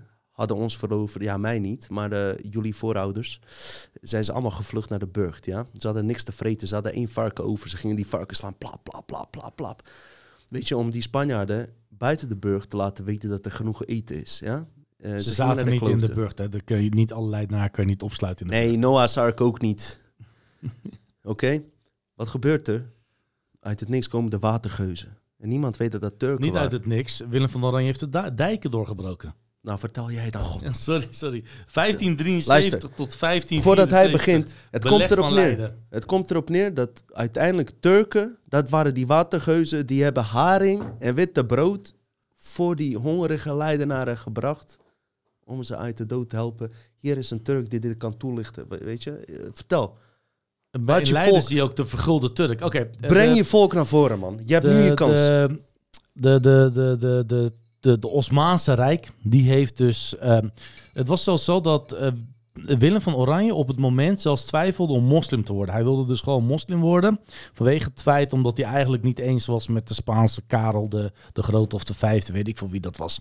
hadden ons veroverd. Ja, mij niet, maar de, jullie voorouders. Zijn ze allemaal gevlucht naar de burcht, ja. Ze hadden niks te vreten. Ze hadden één varken over. Ze gingen die varken slaan. Plap, plap, plap, plap, plap. Weet je, om die Spanjaarden buiten de burcht te laten weten dat er genoeg eten is, ja. Uh, ze, ze zaten niet klooften. in de burcht, hè. Daar kun je niet allerlei naar kun je niet opsluiten. In de nee, burcht. Noah's Ark ook niet. Oké, okay? Wat gebeurt er? Uit het niks komen de watergeuzen. En niemand weet dat dat Turken Niet waren. uit het niks. Willem van Oranje heeft de da- dijken doorgebroken. Nou, vertel jij dan. God. Ja, sorry, sorry. vijftien drieënzeventig Luister, tot vijftien vierenzeventig. Voordat hij begint. Het komt, erop neer, Leiden. het komt erop neer dat uiteindelijk Turken, dat waren die watergeuzen, die hebben haring en witte brood voor die hongerige Leidenaren gebracht. Om ze uit de dood te helpen. Hier is een Turk die dit kan toelichten. Weet je? Uh, vertel. Bij je Leiden volk, zie je ook de vergulde Turk. Oké. Okay, breng uh, je volk naar voren, man. Je hebt de, nu je kans. De, de, de, de, de, de, de, de Osmaanse Rijk, die heeft dus... Uh, het was zelfs zo dat uh, Willem van Oranje op het moment zelfs twijfelde om moslim te worden. Hij wilde dus gewoon moslim worden. Vanwege het feit omdat hij eigenlijk niet eens was met de Spaanse Karel de, de Grote of de Vijfde. Weet ik van wie dat was.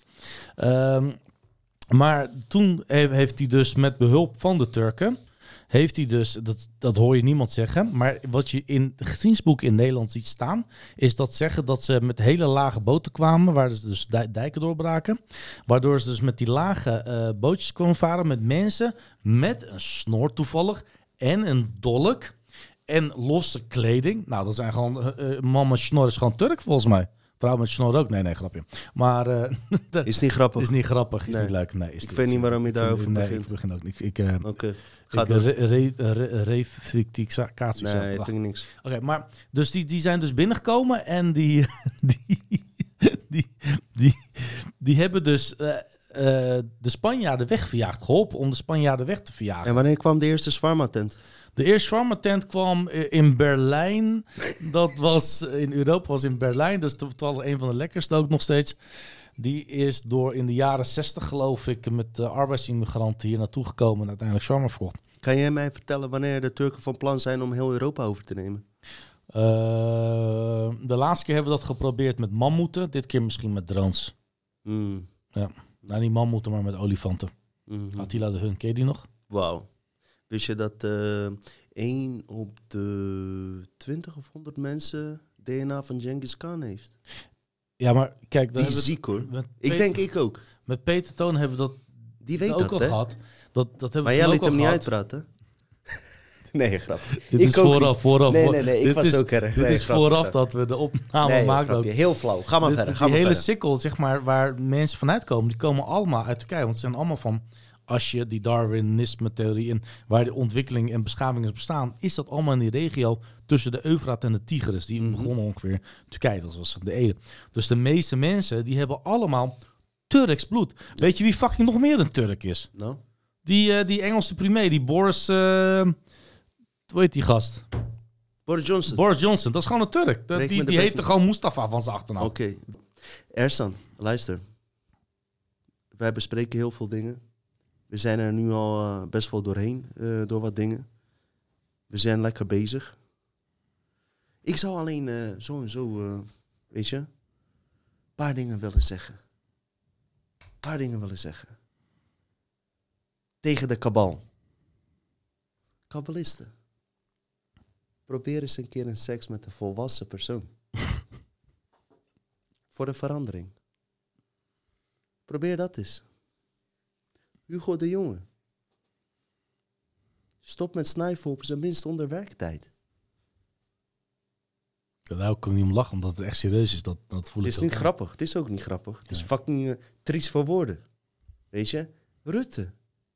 Um, maar toen heeft hij dus met behulp van de Turken... heeft hij dus, dat, dat hoor je niemand zeggen... maar wat je in de geschiedenisboek in Nederland ziet staan... is dat zeggen dat ze met hele lage boten kwamen... waar ze dus dijken doorbraken. Waardoor ze dus met die lage uh, bootjes kwamen varen... met mensen met een snor toevallig... en een dolk en losse kleding. Nou, dat zijn gewoon... Uh, uh, man met snor is gewoon Turk volgens mij. Vrouw met snor ook? Nee, nee, grapje. Maar... Uh, is niet grappig. Is niet grappig, is nee. niet leuk. Nee, is ik dit, weet niet waarom je daarover nee, begint. Ik begin ook niet. Ik, uh, Oké, okay. Ga ik door. re, re, re, reflecticatie. Nee, ik vind niks. Oké, okay, maar dus die, die zijn dus binnengekomen en die, die, die, die, die hebben dus uh, uh, de Spanjaarden wegverjaagd, geholpen om de Spanjaarden weg te verjagen. En wanneer kwam de eerste shawarma-tent? De eerste shawarma-tent kwam in Berlijn. Dat was in Europa, was in Berlijn. Dat is toevallig een van de lekkerste ook nog steeds. Die is door in de jaren zestig, geloof ik, met de arbeidsimmigranten hier naartoe gekomen en uiteindelijk shawarma verkocht. Kan jij mij vertellen wanneer de Turken van plan zijn om heel Europa over te nemen? Uh, de laatste keer hebben we dat geprobeerd met mammoeten. Dit keer misschien met drones. Mm. Ja, nou niet mammoeten, maar met olifanten. Mm-hmm. Attila de Hun, ken je die nog? Wauw. Wist je dat uh, één op de twintig of honderd mensen D N A van Genghis Khan heeft? Ja, maar kijk... Die is ziek, hoor. Peter, ik denk ik ook. Met Peter Toon hebben we dat, die weet ook dat, al hè? gehad. Dat, dat hebben maar we jij ook liet al hem niet gehad. uitpraten? Nee, grap. Dit ik is vooraf, vooraf. Nee, nee, nee, ik dit was is, ook erg. Dit nee, is grapje, vooraf grapje. dat we de opname nee, maken. Grapje. Heel flauw. Ga maar de, verder. de, Ga die maar hele verder. sikkel, zeg maar, waar mensen vanuit komen, die komen allemaal uit Turkije. Want het zijn allemaal van, als je die Darwinisme-theorie in, waar de ontwikkeling en beschaving is bestaan, is dat allemaal in die regio tussen de Eufraat en de Tigris. Die mm-hmm. begonnen ongeveer in Turkije, dat was de Ede. Dus de meeste mensen, die hebben allemaal Turks bloed. Weet je wie fucking nog meer een Turk is? No? Die, uh, die Engelse premier, die Boris... Uh, hoe heet die gast? Boris Johnson. Boris Johnson, dat is gewoon een Turk. Dat, die die heette gewoon Mustafa van zijn achternaam. Oké. Okay. Ersan, luister. Wij bespreken heel veel dingen. We zijn er nu al uh, best wel doorheen, uh, door wat dingen. We zijn lekker bezig. Ik zou alleen uh, zo en zo, uh, weet je, een paar dingen willen zeggen. Een paar dingen willen zeggen. Tegen de kabal. Kabbalisten. Probeer eens een keer een seks met een volwassen persoon. Voor de verandering. Probeer dat eens. Hugo de Jonge. Stop met snuiven op zijn minst onder werktijd. Daar kan ik niet om lachen, omdat het echt serieus is. Dat, dat voel het is ik niet ook. grappig. Het is ook niet grappig. Het is ja. fucking uh, triest voor woorden. Weet je? Rutte.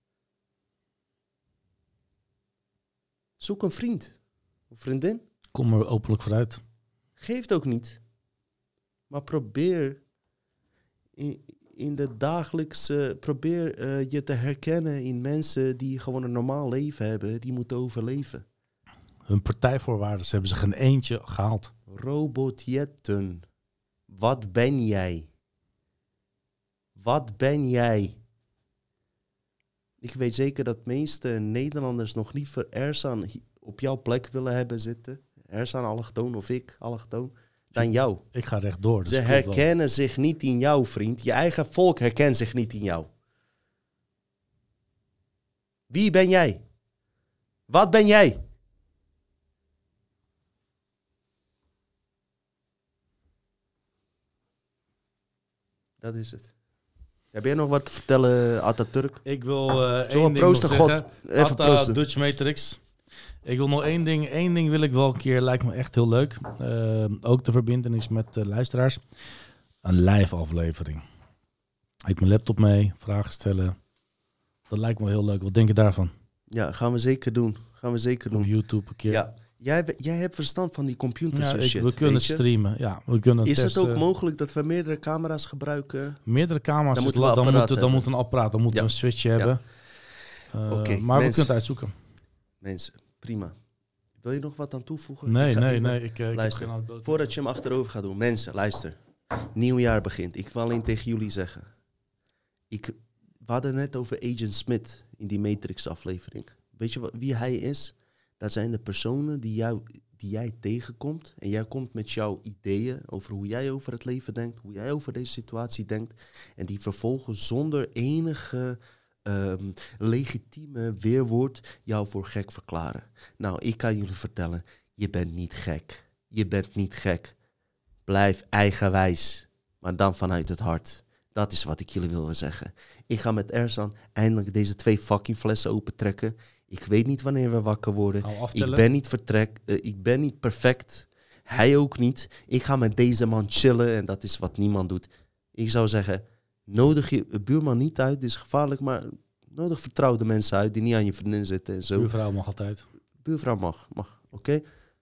Zoek een vriend. Of vriendin. Kom er openlijk vooruit. Geeft ook niet. Maar probeer in, in de dagelijkse... Probeer uh, je te herkennen in mensen die gewoon een normaal leven hebben. Die moeten overleven. Hun partijvoorwaarders hebben ze geen eentje gehaald. Robotjetten. Wat ben jij? Wat ben jij? Ik weet zeker dat de meeste Nederlanders nog liever Ersan op jouw plek willen hebben zitten. Ersan allochtoon of ik allochtoon. Dan jou. Ik ga rechtdoor. Dus Ze herkennen zich niet in jou, vriend. Je eigen volk herkent zich niet in jou. Wie ben jij? Wat ben jij? Dat is het. Heb jij nog wat te vertellen, Atatürk? Ik wil uh, één Zo, ding proosten, nog God. zeggen. Even Atta, proosten. Dutch Matrix. Ik wil nog één ding. Eén ding wil ik wel een keer. Lijkt me echt heel leuk. Uh, ook de verbintenis met de luisteraars. Een live aflevering. Ik mijn laptop mee. Vragen stellen. Dat lijkt me heel leuk. Wat denk je daarvan? Ja, gaan we zeker doen. Gaan we zeker doen. Op YouTube een keer. Ja. Jij, jij hebt verstand van die computers Ja, en ik, shit. we kunnen weet je? streamen. Ja, we kunnen Is testen. het ook mogelijk dat we meerdere camera's gebruiken? Meerdere camera's. Dan is moeten we la- dan, apparaat moet, dan hebben. moet een apparaat. Dan moeten Ja. we een switch Ja. hebben. Uh, Oké, maar we mensen. kunnen het uitzoeken. Mensen, prima. Wil je nog wat aan toevoegen? Nee, Ik ga nee, even- nee. Ik, uh, ik Luister, heb geen anekdote. Voordat je hem achterover gaat doen. Mensen, luister. Nieuwjaar begint. Ik wil alleen tegen jullie zeggen. Ik, we hadden net over Agent Smith in die Matrix-aflevering. Weet je wat, wie hij is? Dat zijn de personen die, jou, die jij tegenkomt. En jij komt met jouw ideeën over hoe jij over het leven denkt. Hoe jij over deze situatie denkt. En die vervolgens zonder enige um, legitieme weerwoord jou voor gek verklaren. Nou, ik kan jullie vertellen. Je bent niet gek. Je bent niet gek. Blijf eigenwijs. Maar dan vanuit het hart. Dat is wat ik jullie wil zeggen. Ik ga met Ersan eindelijk deze twee fucking flessen opentrekken. Ik weet niet wanneer we wakker worden. Ik ben niet vertrek. Uh, ik ben niet perfect. Hij ook niet. Ik ga met deze man chillen en dat is wat niemand doet. Ik zou zeggen, nodig je buurman niet uit. Het is gevaarlijk, maar nodig vertrouwde mensen uit die niet aan je vriendin zitten en zo. Buurvrouw mag altijd. Buurvrouw mag, mag. Oké? Okay?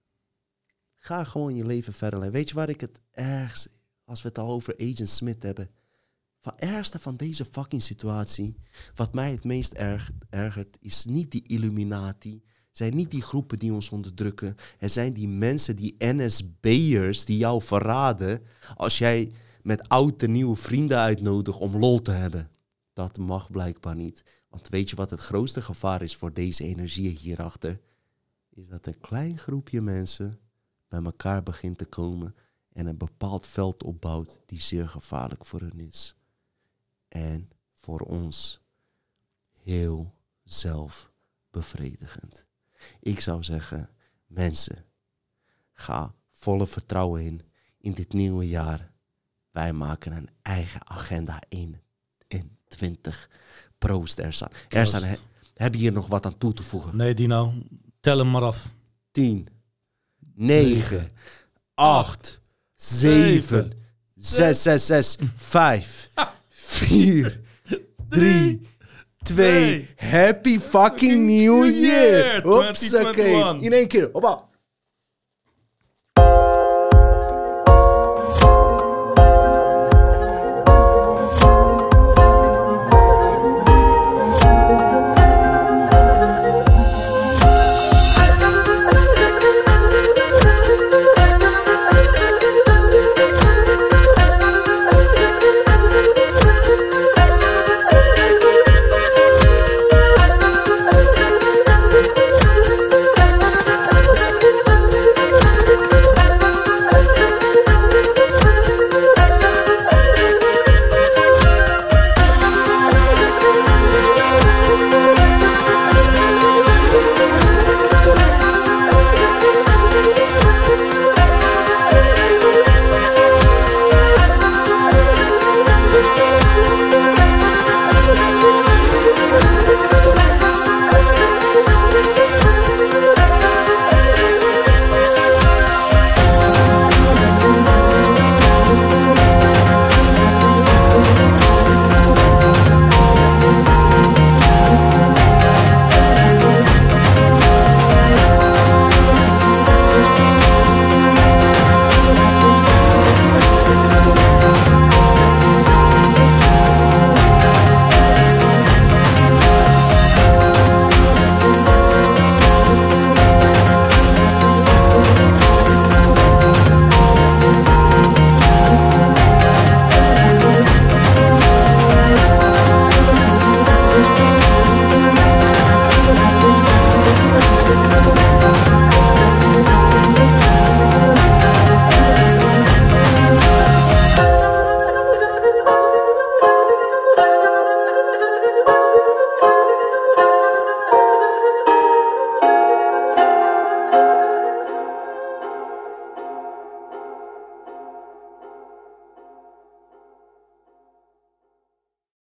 Ga gewoon je leven verder. En weet je waar ik het ergst, als we het al over Agent Smith hebben, van ergste van deze fucking situatie, wat mij het meest erg, ergert, is niet die Illuminati, zijn niet die groepen die ons onderdrukken. Het zijn die mensen, die N S B'ers, die jou verraden als jij met oude nieuwe vrienden uitnodigt om lol te hebben. Dat mag blijkbaar niet. Want weet je wat het grootste gevaar is voor deze energieën hierachter? Is dat een klein groepje mensen bij elkaar begint te komen en een bepaald veld opbouwt die zeer gevaarlijk voor hen is. En voor ons heel zelfbevredigend. Ik zou zeggen, mensen, ga volle vertrouwen in, in dit nieuwe jaar. Wij maken een eigen agenda eenentwintig. Proost, Ersan. Ersan, he, heb je hier nog wat aan toe te voegen? Nee, Dino, tel hem maar af. tien, negen, acht, zeven, zes, zes, zes, vijf, vier, drie, twee, happy fucking new year! Hopsakee, in één keer, hoppa!